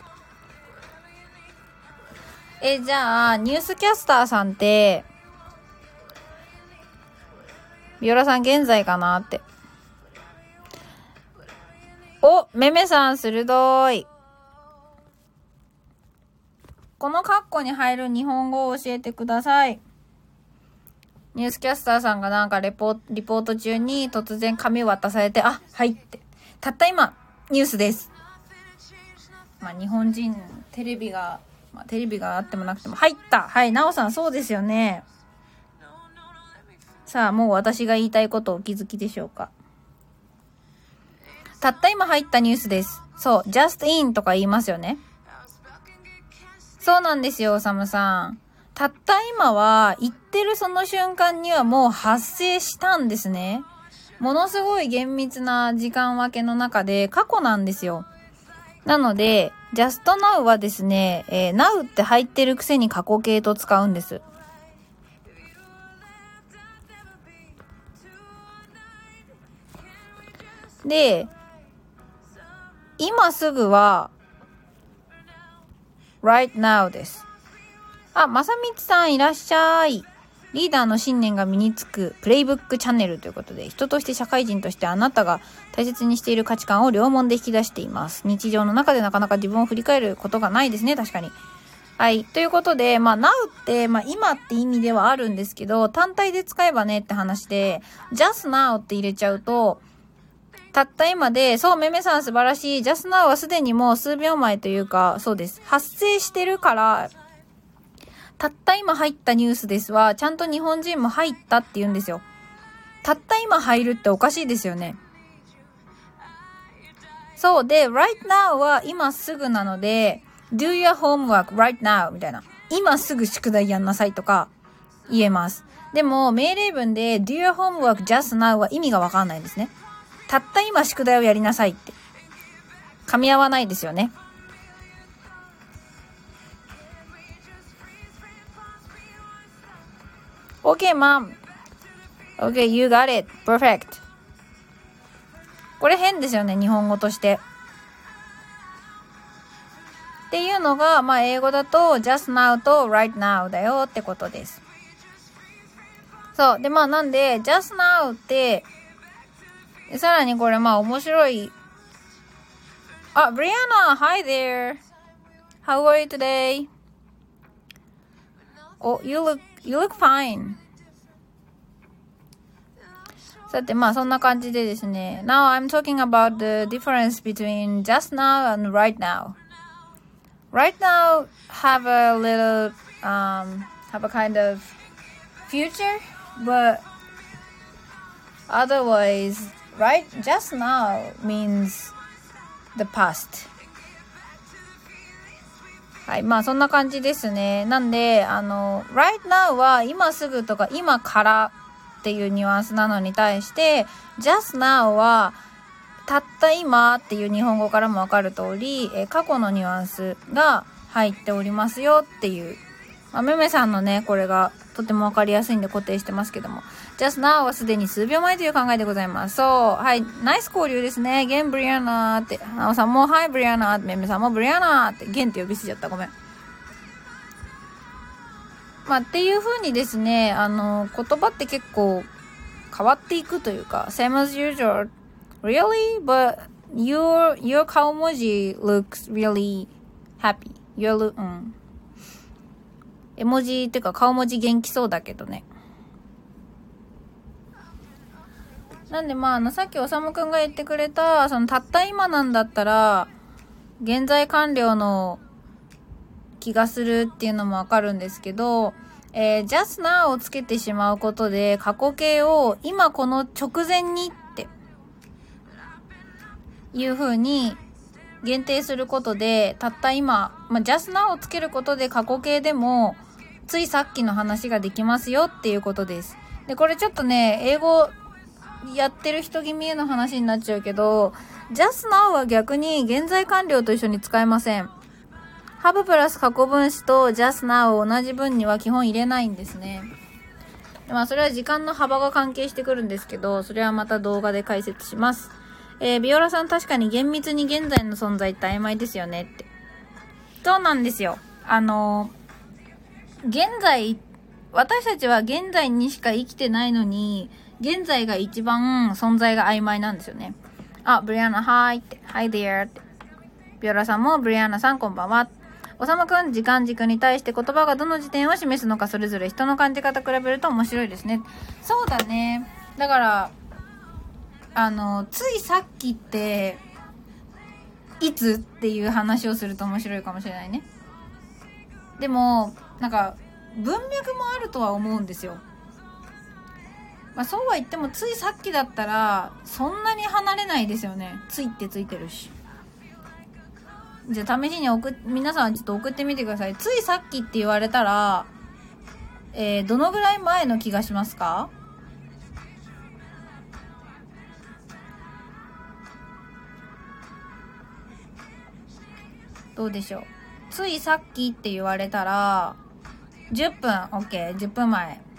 え、じゃあ、ニュースキャスターさんって、ビオラさん現在かなって。お、めめさん鋭い。このカッコに入る日本語を教えてください。ニュースキャスターさんがなんかレポ、リポート中に突然紙渡されて、あ、はいって。たった今、ニュースです。まあ日本人、テレビが、まあテレビがあってもなくても、入った。はい、なおさんそうですよね。さあ、もう私が言いたいことお気づきでしょうか。たった今入ったニュースです。そう、just in とか言いますよね。そうなんですよ、おさむさん。たった今は、言ってるその瞬間にはもう発生したんですね。ものすごい厳密な時間分けの中で過去なんですよ。なので、just now はですね、えー、now って入ってるくせに過去形と使うんです。で、今すぐは、right now です。あ、まさみちさんいらっしゃい。リーダーの信念が身につくプレイブックチャンネルということで、人として社会人としてあなたが大切にしている価値観を両門で引き出しています。日常の中でなかなか自分を振り返ることがないですね、確かに。はい。ということで、まあ、now って、まあ、今って意味ではあるんですけど、単体で使えばねって話で、just now って入れちゃうと、たった今で、そう、めめさん素晴らしい。just now はすでにもう数秒前というか、そうです。発生してるから、たった今入ったニュースですは、ちゃんと日本人も入ったって言うんですよ。たった今入るっておかしいですよね。そうで、right now は今すぐなので、do your homework right now みたいな。今すぐ宿題やんなさいとか言えます。でも、命令文で do your homework just now は意味がわかんないですね。たった今宿題をやりなさいって。噛み合わないですよね。Okay, mom. Okay, you got it. Perfect. これ変ですよね、日本語として。っていうのが、まあ、英語だと just now と right now だよってことです。そう。で、まあ、なんで just now って、さらにこれ、まあ、面白い。あ、Brianna, hi there. How are you today? Oh, you look, you look fine. さて、まあ、そんな感じでですね。Now I'm talking about the difference between just now and right now. Right now have a little, um, have a kind of future, but otherwise, right, just now means the past. はい。まあ、そんな感じですね。なんで、あの、right now は今すぐとか今からっていうニュアンスなのに対して、just now はたった今っていう日本語からもわかる通り、えー、過去のニュアンスが入っておりますよっていう。まあ、めめさんのね、これがとてもわかりやすいんで固定してますけども。just now はすでに数秒前という考えでございます。そう。はい。ナイス交流ですね。ゲンブリアナーって。なおさんも、はい、ブリアナーって。めめさんもブリアナーって。ゲンって呼び捨てちゃった。ごめん。まあ、っていう風にですね、あの、言葉って結構変わっていくというか、same as usual. Really? But your, your 顔文字 looks really happy. Your, うん。絵文字っていうか顔文字元気そうだけどね。なんでまあ、あの、さっきおさむくんが言ってくれた、そのたった今なんだったら、現在完了の気がするっていうのもわかるんですけど、えー、just now をつけてしまうことで、過去形を今この直前にっていう風に限定することで、たった今、まあ、just now をつけることで過去形でも、ついさっきの話ができますよっていうことです。で、これちょっとね、英語やってる人気味への話になっちゃうけど、just now は逆に現在完了と一緒に使えません。have プラス過去分詞と just now を同じ文には基本入れないんですね。まあそれは時間の幅が関係してくるんですけど、それはまた動画で解説します。えー、ビオラさん確かに厳密に現在の存在って曖昧ですよねって。そうなんですよ。あのー、現在、私たちは現在にしか生きてないのに、現在が一番存在が曖昧なんですよね。あ、ブリアナ、はーいって、はい there って。ビオラさんもブリアナさんこんばんは。おさまくん、時間軸に対して言葉がどの時点を示すのか、それぞれ人の感じ方比べると面白いですね。そうだね。だから、あの、ついさっきって、いつっていう話をすると面白いかもしれないね。でも、なんか、文脈もあるとは思うんですよ。まあそうは言っても、ついさっきだったら、そんなに離れないですよね。ついってついてるし。じゃあ試しに送っ、皆さんちょっと送ってみてください。ついさっきって言われたら、えー、どのぐらい前の気がしますか？どうでしょう。ついさっきって言われたら、じゅっぷん、OK、じゅっぷんまえ。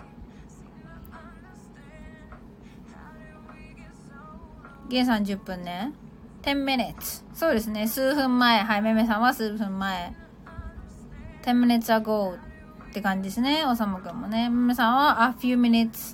ゲンさんじゅっぷんね。じゅう minutes。そうですね。数分前。はい、めめさんは数分前。じゅう minutes ago って感じですね。おさむくんもね。めめさんは a few minutes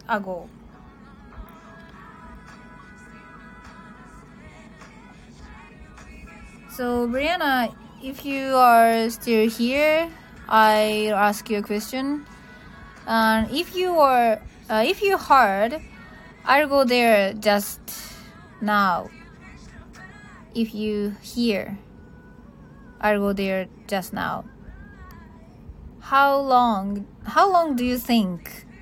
ago。So, Brianna, if you are still here, I'll ask you a question. And if you are, uh, if you heard, I'll go there just now. If you hear, I'll go there just now. How long, how long do you think?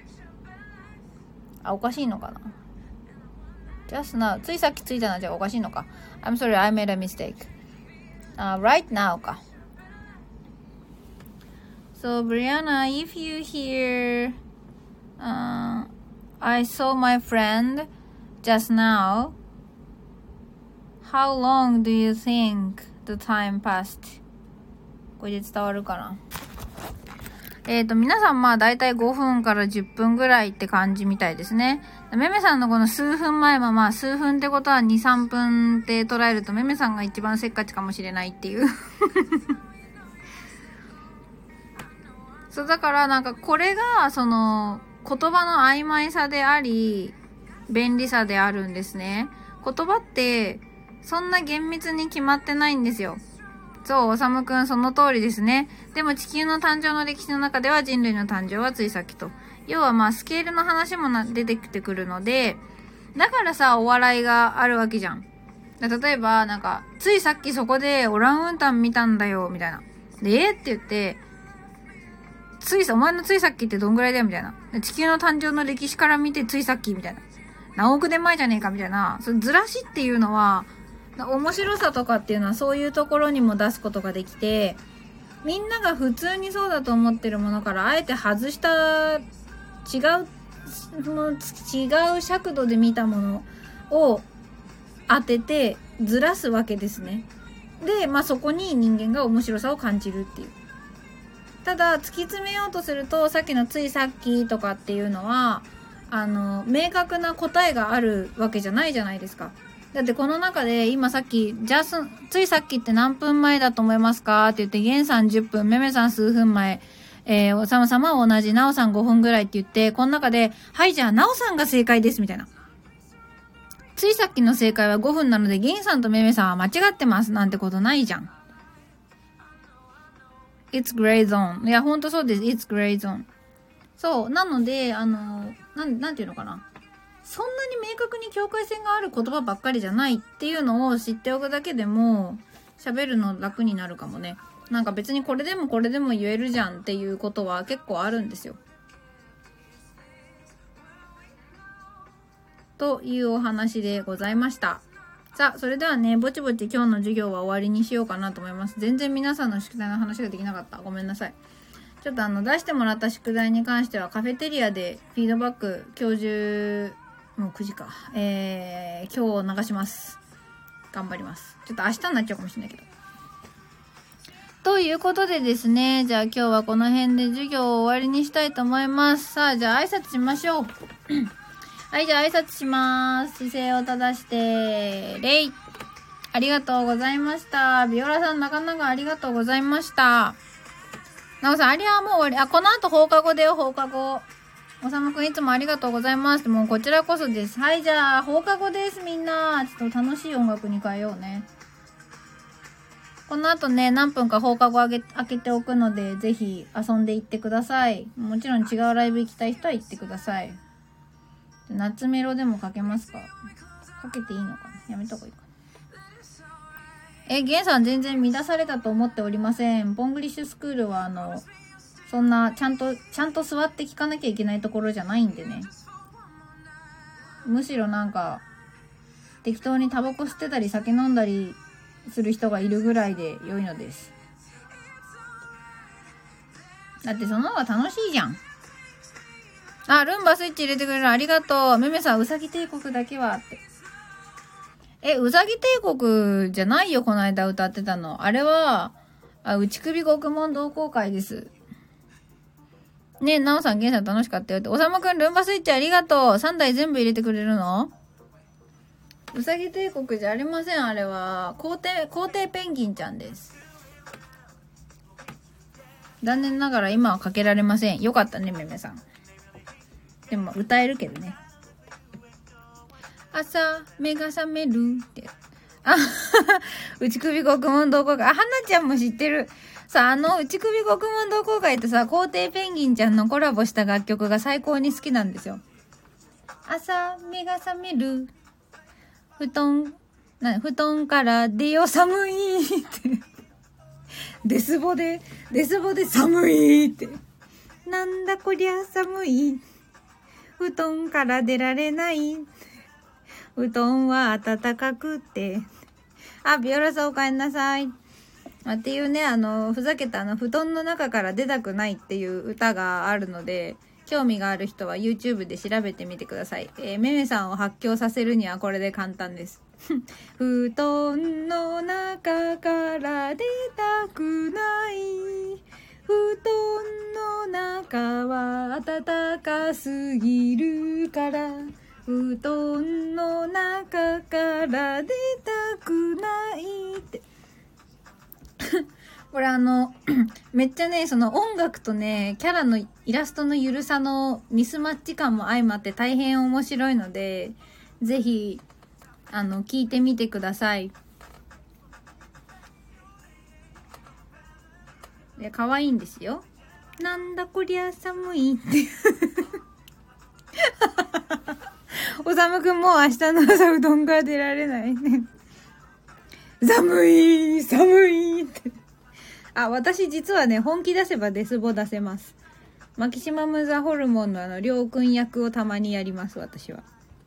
あ、おかしいのかな ?just now. ついさっきついたのじゃおかしいのか ?I'm sorry, I made a mistake.Uh, right now か。So, Brianna, if you hear, uh, I saw my friend just now, how long do you think the time passed? これで伝わるかな。えっと、皆さんまあだいたいごふんからじゅっぷんぐらいって感じみたいですね。めめさんのこの数分前もまあ数分ってことはに、さんぷんって捉えるとめめさんが一番せっかちかもしれないっていう。そうだからなんかこれがその言葉の曖昧さであり便利さであるんですね。言葉ってそんな厳密に決まってないんですよ。そう、おさむくんその通りですね。でも地球の誕生の歴史の中では人類の誕生はついさっきと。要はまあスケールの話もな出てきてくるので、だからさ、お笑いがあるわけじゃん。例えば、なんか、ついさっきそこでオランウータン見たんだよ、みたいな。で、えー、って言って、ついさ、お前のついさっきってどんぐらいだよ、みたいな。地球の誕生の歴史から見てついさっき、みたいな。何億年前じゃねえか、みたいな。そのずらしっていうのは、面白さとかっていうのはそういうところにも出すことができて、みんなが普通にそうだと思ってるものからあえて外した違う違う尺度で見たものを当ててずらすわけですね。で、まあそこに人間が面白さを感じるっていう。ただ突き詰めようとすると、さっきのついさっきとかっていうのはあの明確な答えがあるわけじゃないじゃないですか。だってこの中で今さっきじゃあついさっきって何分前だと思いますかって言って、ゲンさんじゅっぷん、めめさん数分前、えー、おさまさまは同じ、なおさんごふんぐらいって言って、この中ではいじゃあなおさんが正解ですみたいな、ついさっきの正解はごふんなので、ゲンさんとめめさんは間違ってますなんてことないじゃん。It's gray zone。いや、ほんとそうです。It's gray zone。そう。なので、あの、なん、なんていうのかな。そんなに明確に境界線がある言葉ばっかりじゃないっていうのを知っておくだけでも、喋るの楽になるかもね。なんか別にこれでもこれでも言えるじゃんっていうことは結構あるんですよ。というお話でございました。さあ、それではね、ぼちぼち今日の授業は終わりにしようかなと思います。全然皆さんの宿題の話ができなかった。ごめんなさい。ちょっとあの、出してもらった宿題に関してはカフェテリアでフィードバック、今日中、もうくじか。えー、今日流します。頑張ります。ちょっと明日になっちゃうかもしれないけど。ということでですね、じゃあ今日はこの辺で授業を終わりにしたいと思います。さあ、じゃあ挨拶しましょう。はい、じゃあ挨拶します。姿勢を正して、礼。ありがとうございました。ビオラさん、なかなかありがとうございました。なおさん、ありゃもう終わり。あ、この後放課後だよ、放課後。おさむくんいつもありがとうございます。もうこちらこそです。はい、じゃあ放課後です、みんな。ちょっと楽しい音楽に変えようね。この後ね、何分か放課後あげ開けておくので、ぜひ遊んでいってください。もちろん違うライブ行きたい人は行ってください。夏メロでもかけますか？かけていいのかな？やめた方がいいかな。え、ゲンさん全然乱されたと思っておりません。ボングリッシュスクールはあの、そんなちゃんと、ちゃんと座って聞かなきゃいけないところじゃないんでね。むしろなんか、適当にタバコ吸ってたり酒飲んだりする人がいるぐらいで良いのです。だってその方が楽しいじゃん。あ、ルンバスイッチ入れてくれる。ありがとう。めめさん、うさぎ帝国だけはって。え、うさぎ帝国じゃないよ、この間歌ってたの。あれは、あ、内首獄門同好会です。ねえ、なおさん、ゲンさん楽しかったよって。おさまくん、ルンバスイッチありがとう。さんだい全部入れてくれるの？うさぎ帝国じゃありません、あれは。皇帝、皇帝ペンギンちゃんです。残念ながら今はかけられません。よかったね、めめさん。でも歌えるけどね。朝目が覚めるってあ内首獄門同好会、あ、はなちゃんも知ってる。さあ、あの内首獄門同好会とさ、皇帝ペンギンちゃんのコラボした楽曲が最高に好きなんですよ。朝目が覚める、布団な布団から出よ寒いってデスボでデスボで寒いって、なんだこりゃ寒い、布団から出られない、布団は暖かくって。あ、ビオラさんお帰んなさい。あっていうね、あの、ふざけたあの、布団の中から出たくないっていう歌があるので、興味がある人は YouTube で調べてみてください。えー、めめさんを発狂させるにはこれで簡単です。布団の中から出たくない。布団の中は暖かすぎるから。布団の中から出たくないってこれあのめっちゃね、その音楽とね、キャラのイラストのゆるさのミスマッチ感も相まって大変面白いので、ぜひあの聞いてみてください。で、可愛いんですよ。なんだこりゃ寒いっておさむくんもう明日の朝うどんから出られないね寒い寒いってあ、私実はね、本気出せばデスボ出せます。マキシマムザホルモンのあのりょうくん役をたまにやります。私は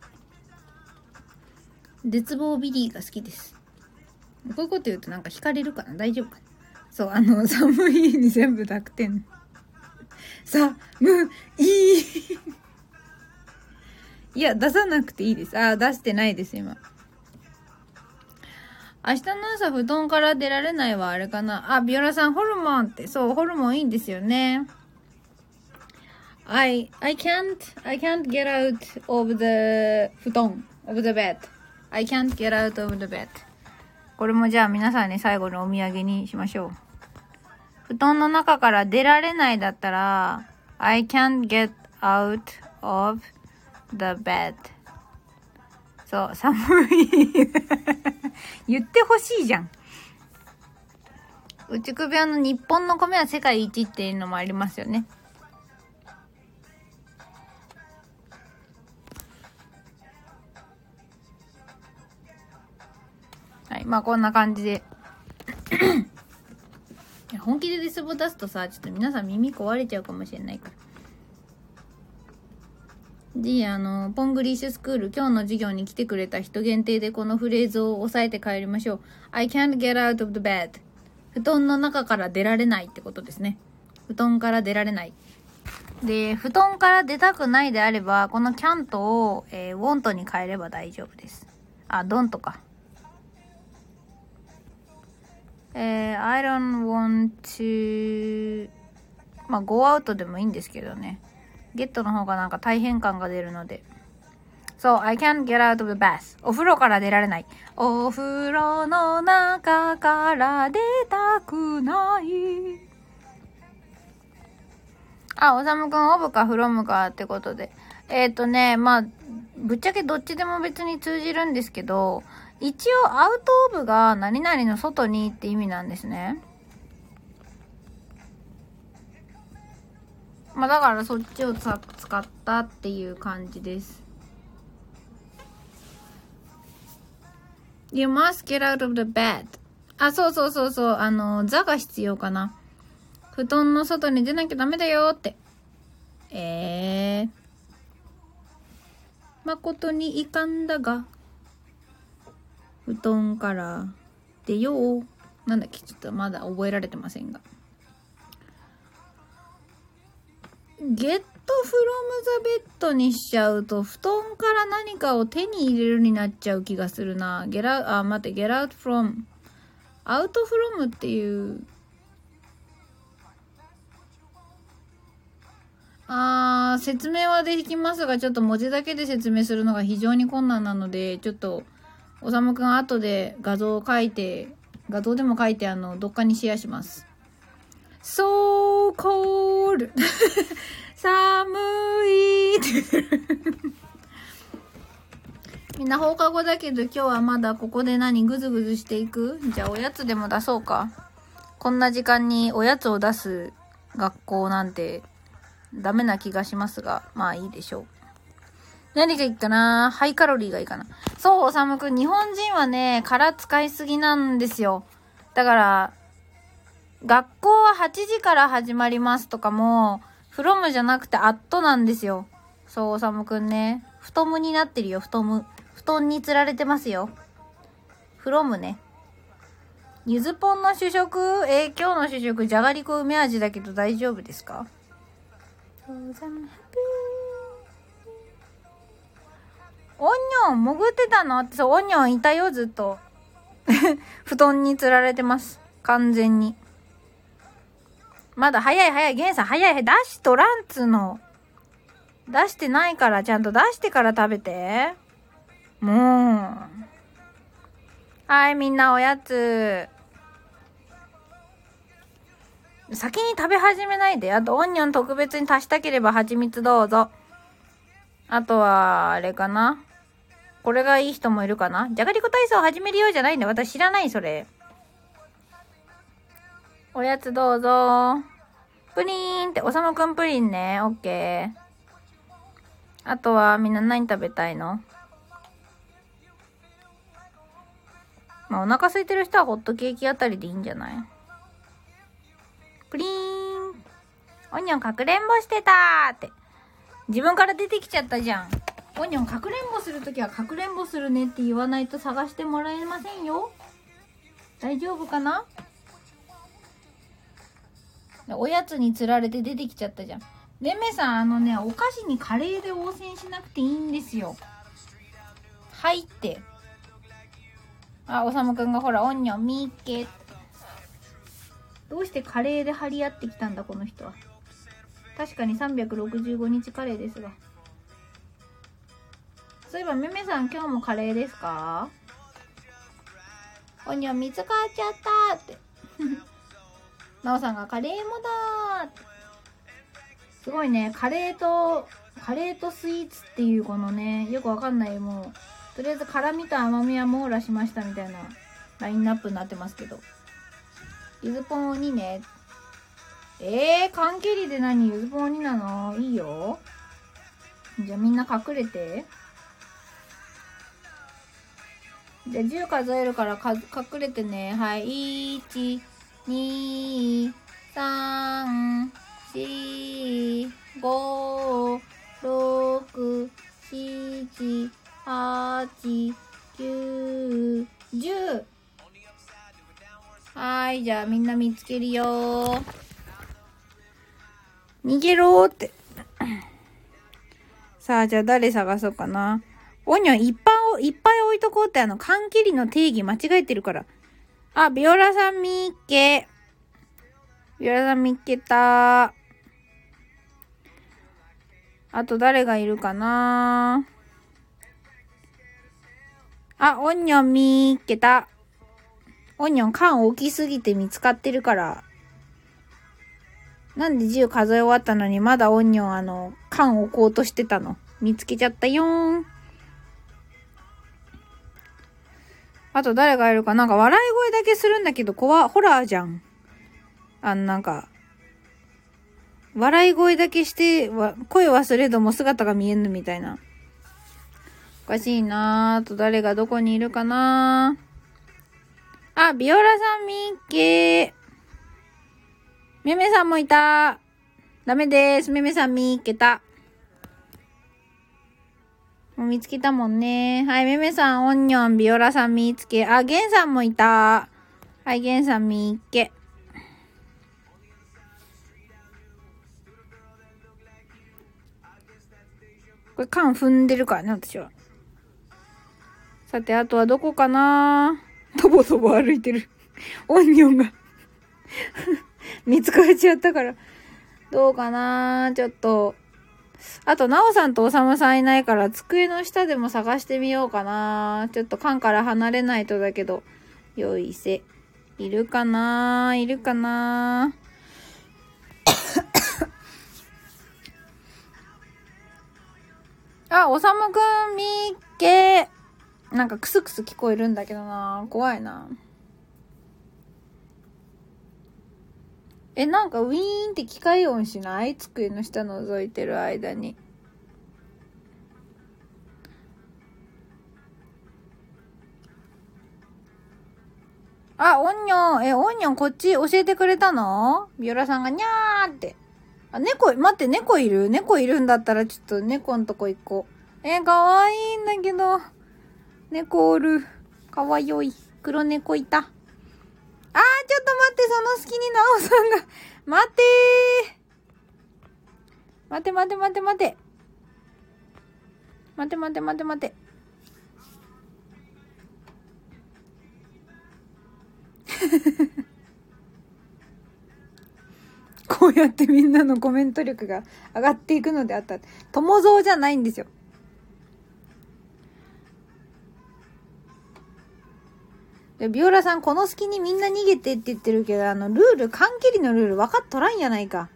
絶望ビリーが好きです。こういうこと言うとなんか惹かれるかな、大丈夫かな。そう、あの寒いに全部濁点寒いいや、出さなくていいです。あ、出してないです、今。 明日の朝布団から出られないはあれかな。あ、ビオラさん、ホルモンって、そう、ホルモンいいんですよね。I, I can't, I can't get out of the 布団 of the bed. I can't get out of the bed. これもじゃあ皆さんに最後のお土産にしましょう。布団の中から出られないだったら、I can't get out of the bed. そう、寒い。言ってほしいじゃん。内首はの日本の米は世界一っていうのもありますよね。はい、まあこんな感じで。本気でデスボ出すとさ、ちょっと皆さん耳壊れちゃうかもしれないから。で、あの、ポングリッシュスクール、今日の授業に来てくれた人限定でこのフレーズを押さえて帰りましょう。I can't get out of the bed. 布団の中から出られないってことですね。布団から出られない。で、布団から出たくないであれば、この can't を、えー、want に変えれば大丈夫です。あ、don't か。えー、I don't want to まあ go out でもいいんですけどね。ゲットの方がなんか大変感が出るので。そう、I can't get out of the bath. お風呂から出られない。お風呂の中から出たくない。あ、おさむくんオブかフロムかってことで。えっとね、まあ、ぶっちゃけどっちでも別に通じるんですけど、一応アウトオブが何々の外にって意味なんですね。まあだからそっちを使ったっていう感じです。You must get out of the bed. あ、そうそうそうそう。あの、座が必要かな。布団の外に出なきゃダメだよって。えー。誠に遺憾だが、布団から出よう。なんだっけ、ちょっとまだ覚えられてませんが。ゲットフロムザベッドにしちゃうと布団から何かを手に入れるになっちゃう気がするな。ゲラあ待ってゲラウトフロムアウトフロムっていうあー説明はできますがちょっと文字だけで説明するのが非常に困難なのでちょっとおさむくん後で画像を書いて画像でも書いてあのどっかにシェアします。So cold 寒いみんな放課後だけど今日はまだここで何グズグズしていく？じゃあおやつでも出そうか。こんな時間におやつを出す学校なんてダメな気がしますがまあいいでしょう。何がいいかな？ハイカロリーがいいかな。そうおさむくん日本人はね殻使いすぎなんですよ。だから学校ははちじから始まりますとかも、フロムじゃなくてアットなんですよ。そう、おさむくんね。ふとむになってるよ、ふとむ。布団につられてますよ。フロムね。ゆずぽんの主食、えー、今日の主食、じゃがりこ梅味だけど大丈夫ですか？オニョン、潜ってたのって、そう、オニョンいたよ、ずっと。布団につられてます。完全に。まだ早い早い、ゲンさん早い早い、出しとらんつーの。出してないから、ちゃんと出してから食べて。もう。はい、みんなおやつ。先に食べ始めないで。あと、オニオン特別に足したければ蜂蜜どうぞ。あとは、あれかな。これがいい人もいるかな。じゃがりこ体操始めるようじゃないんだ。私知らない、それ。おやつどうぞ。プリーンって、おさむくんプリンね。オッケー。あとはみんな何食べたいの？まあお腹空いてる人はホットケーキあたりでいいんじゃない？プリーン。オニオンかくれんぼしてたーって。自分から出てきちゃったじゃん。オニオンかくれんぼするときはかくれんぼするねって言わないと探してもらえませんよ。大丈夫かな？おやつにつられて出てきちゃったじゃん。めめさん、あのね、お菓子にカレーで応戦しなくていいんですよ。はいって。 あ、おさむくんがほら、オンニョンみっけ。どうしてカレーで張り合ってきたんだ、この人は。確かにさんびゃくろくじゅうごにちカレーですが。そういえば、めめさん今日もカレーですか？オニョン見つかっちゃったって。なおさんがカレーもだーって。すごいね、カレーと、カレーとスイーツっていうこのね、よくわかんない、もう、とりあえず辛みと甘みは網羅しましたみたいなラインナップになってますけど。ゆずぽん鬼ね。えー、缶蹴りで何？ゆずぽん鬼なの？いいよ。じゃあみんな隠れて。じゃあじゅう数えるからか隠れてね。はい。いち、に、さん、し、ご、ろく、しち、はち、きゅう、じゅう。はい。じゃあみんな見つけるよ。逃げろーって。さあ、じゃあ誰探そうかな。オニョンいっぱいを、いっぱい置いとこうって、あの、缶切りの定義間違えてるから。あ、ビオラさん見っけ。ビオラさん見っけた。あと誰がいるかな。あ、オニョン見っけた。オニョン缶大きすぎて見つかってるから。なんでじゅう数え終わったのにまだオニョンあの、缶置こうとしてたの。見つけちゃったよーん。あと誰がいるかなんか笑い声だけするんだけど、怖、ホラーじゃん。あのなんか、笑い声だけして、声忘れども姿が見えんのみたいな。おかしいなぁ。あと誰がどこにいるかなぁ。あ、ビオラさんみっけ。めめさんもいた。ダメです。めめさんみっけた。もう見つけたもんね。はい、めめさん、オンニョン、ビオラさん見つけ。あ、ゲンさんもいた。はい、ゲンさん見っけ。これ缶踏んでるからね、私は。さて、あとはどこかな？とぼとぼ歩いてる。オンニョンが見つかっちゃったから。どうかな？ちょっと。あと、なおさんとおさむさんいないから、机の下でも探してみようかな。ちょっと缶から離れないとだけど。よいせ。いるかないるかなあ、おさむくんみっけ。なんかクスクス聞こえるんだけどな。怖いな。え、なんかウィーンって機械音しない？机の下覗いてる間に。あ、オンニョン、え、オンニョンこっち教えてくれたの？ビオラさんがにゃーって。あ、猫、待って、猫いる？猫いるんだったらちょっと猫んとこ行こう。え、かわいいんだけど。猫おる。かわよい。黒猫いた。あー、ちょっと待って、その隙になおさんが。待ってー。待て待て待て待て。待て待て待て待て。こうやってみんなのコメント力が上がっていくのであった。友蔵じゃないんですよ。で、ビオラさん、この隙にみんな逃げてって言ってるけど、あの、ルール、缶切りのルール分かっとらんやないか。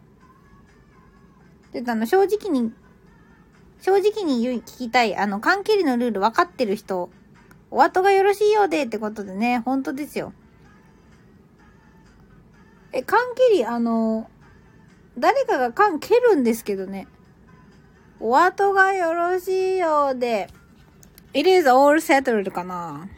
で、あの、正直に、正直に言う、聞きたい。あの、缶切りのルール分かってる人、お後がよろしいようでってことでね、本当ですよ。え、缶切り、あの、誰かが缶蹴るんですけどね。お後がよろしいようで。It is all settled かな。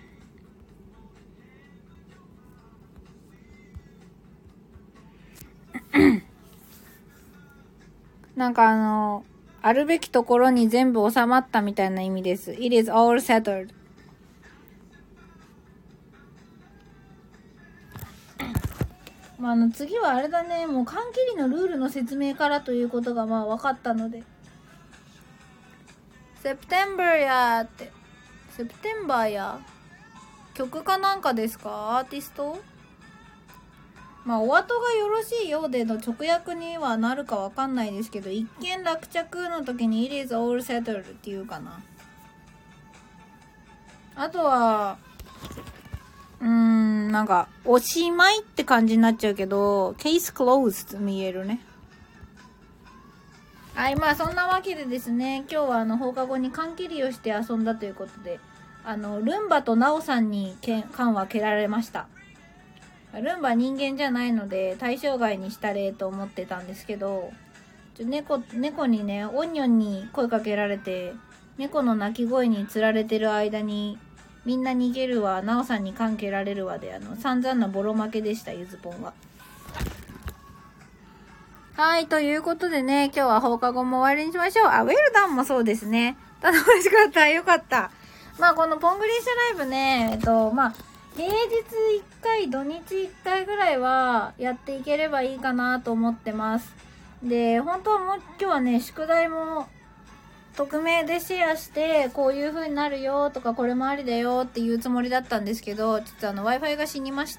なんかあの、あるべきところに全部収まったみたいな意味です。It is all settled. まあ、あの、次はあれだね。もう、缶切りのルールの説明からということがまあ分かったので。September やーって。September や。 曲かなんかですか？アーティスト？まあ、お後がよろしいようでの直訳にはなるかわかんないですけど、一見落着の時に It is all settled っていうかな。あとは、うーん、なんか、おしまいって感じになっちゃうけど、case closed 見えるね。はい、まあそんなわけでですね、今日はあの放課後に缶切りをして遊んだということで、あの、ルンバとナオさんに缶は蹴られました。ルンバ人間じゃないので対象外にしたれと思ってたんですけど、ちょ猫、猫にね、オニョンに声かけられて、猫の鳴き声につられてる間に、みんな逃げるわ、ナオさんに缶蹴られるわで、あの、散々なボロ負けでした、ゆずぽんは。はい、ということでね、今日は放課後も終わりにしましょう。あ、ウェルダンもそうですね。楽しかった、よかった。まあ、このポングリッシュライブね、えっと、まあ、平日いっかい、土日いっかいぐらいはやっていければいいかなと思ってます。で、本当はもう今日はね、宿題も匿名でシェアして、こういう風になるよとか、これもありだよっていうつもりだったんですけど、ちょっとあの Wi-Fi が死にまして、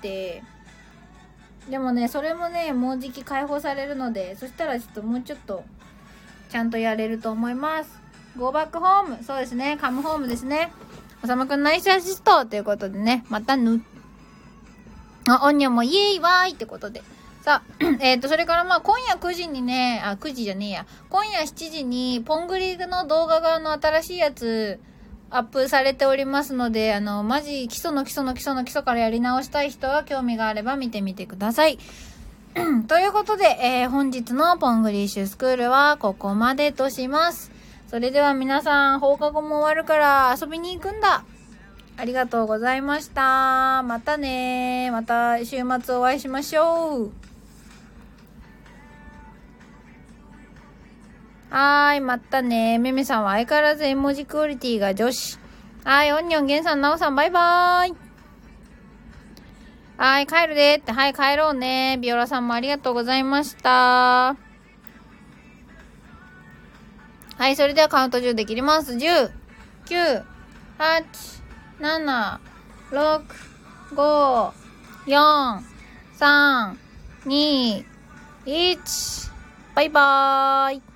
でもね、それもね、もうじき解放されるので、そしたらちょっともうちょっと、ちゃんとやれると思います。Go back home! そうですね、カムホームですね。おさむくんナイスアシストということでね、またぬ。あ、オニョンもイエーイわーいってことで。さあ、えっと、それからまあ今夜くじにね、あ、くじじゃねえや。今夜しちじに、ポングリーグの動画があの新しいやつ、アップされておりますので、あの、マジ基礎の基礎の基礎の基礎からやり直したい人は興味があれば見てみてください。ということで、えー、本日のポングリッシュスクールはここまでとします。それでは皆さん、放課後も終わるから遊びに行くんだ。ありがとうございました。またね。また週末お会いしましょう。はーい、またね。めめさんは相変わらず絵文字クオリティが女子。はい、オニョン、ゲンさん、ナオさん、バイバーイ。はい、帰るでって。はい、帰ろうね。ビオラさんもありがとうございました。はい、それではカウントじゅうで切ります。じゅう、きゅう、はち、なな、ろく、ご、よん、さん、に、いち。バイバーイ。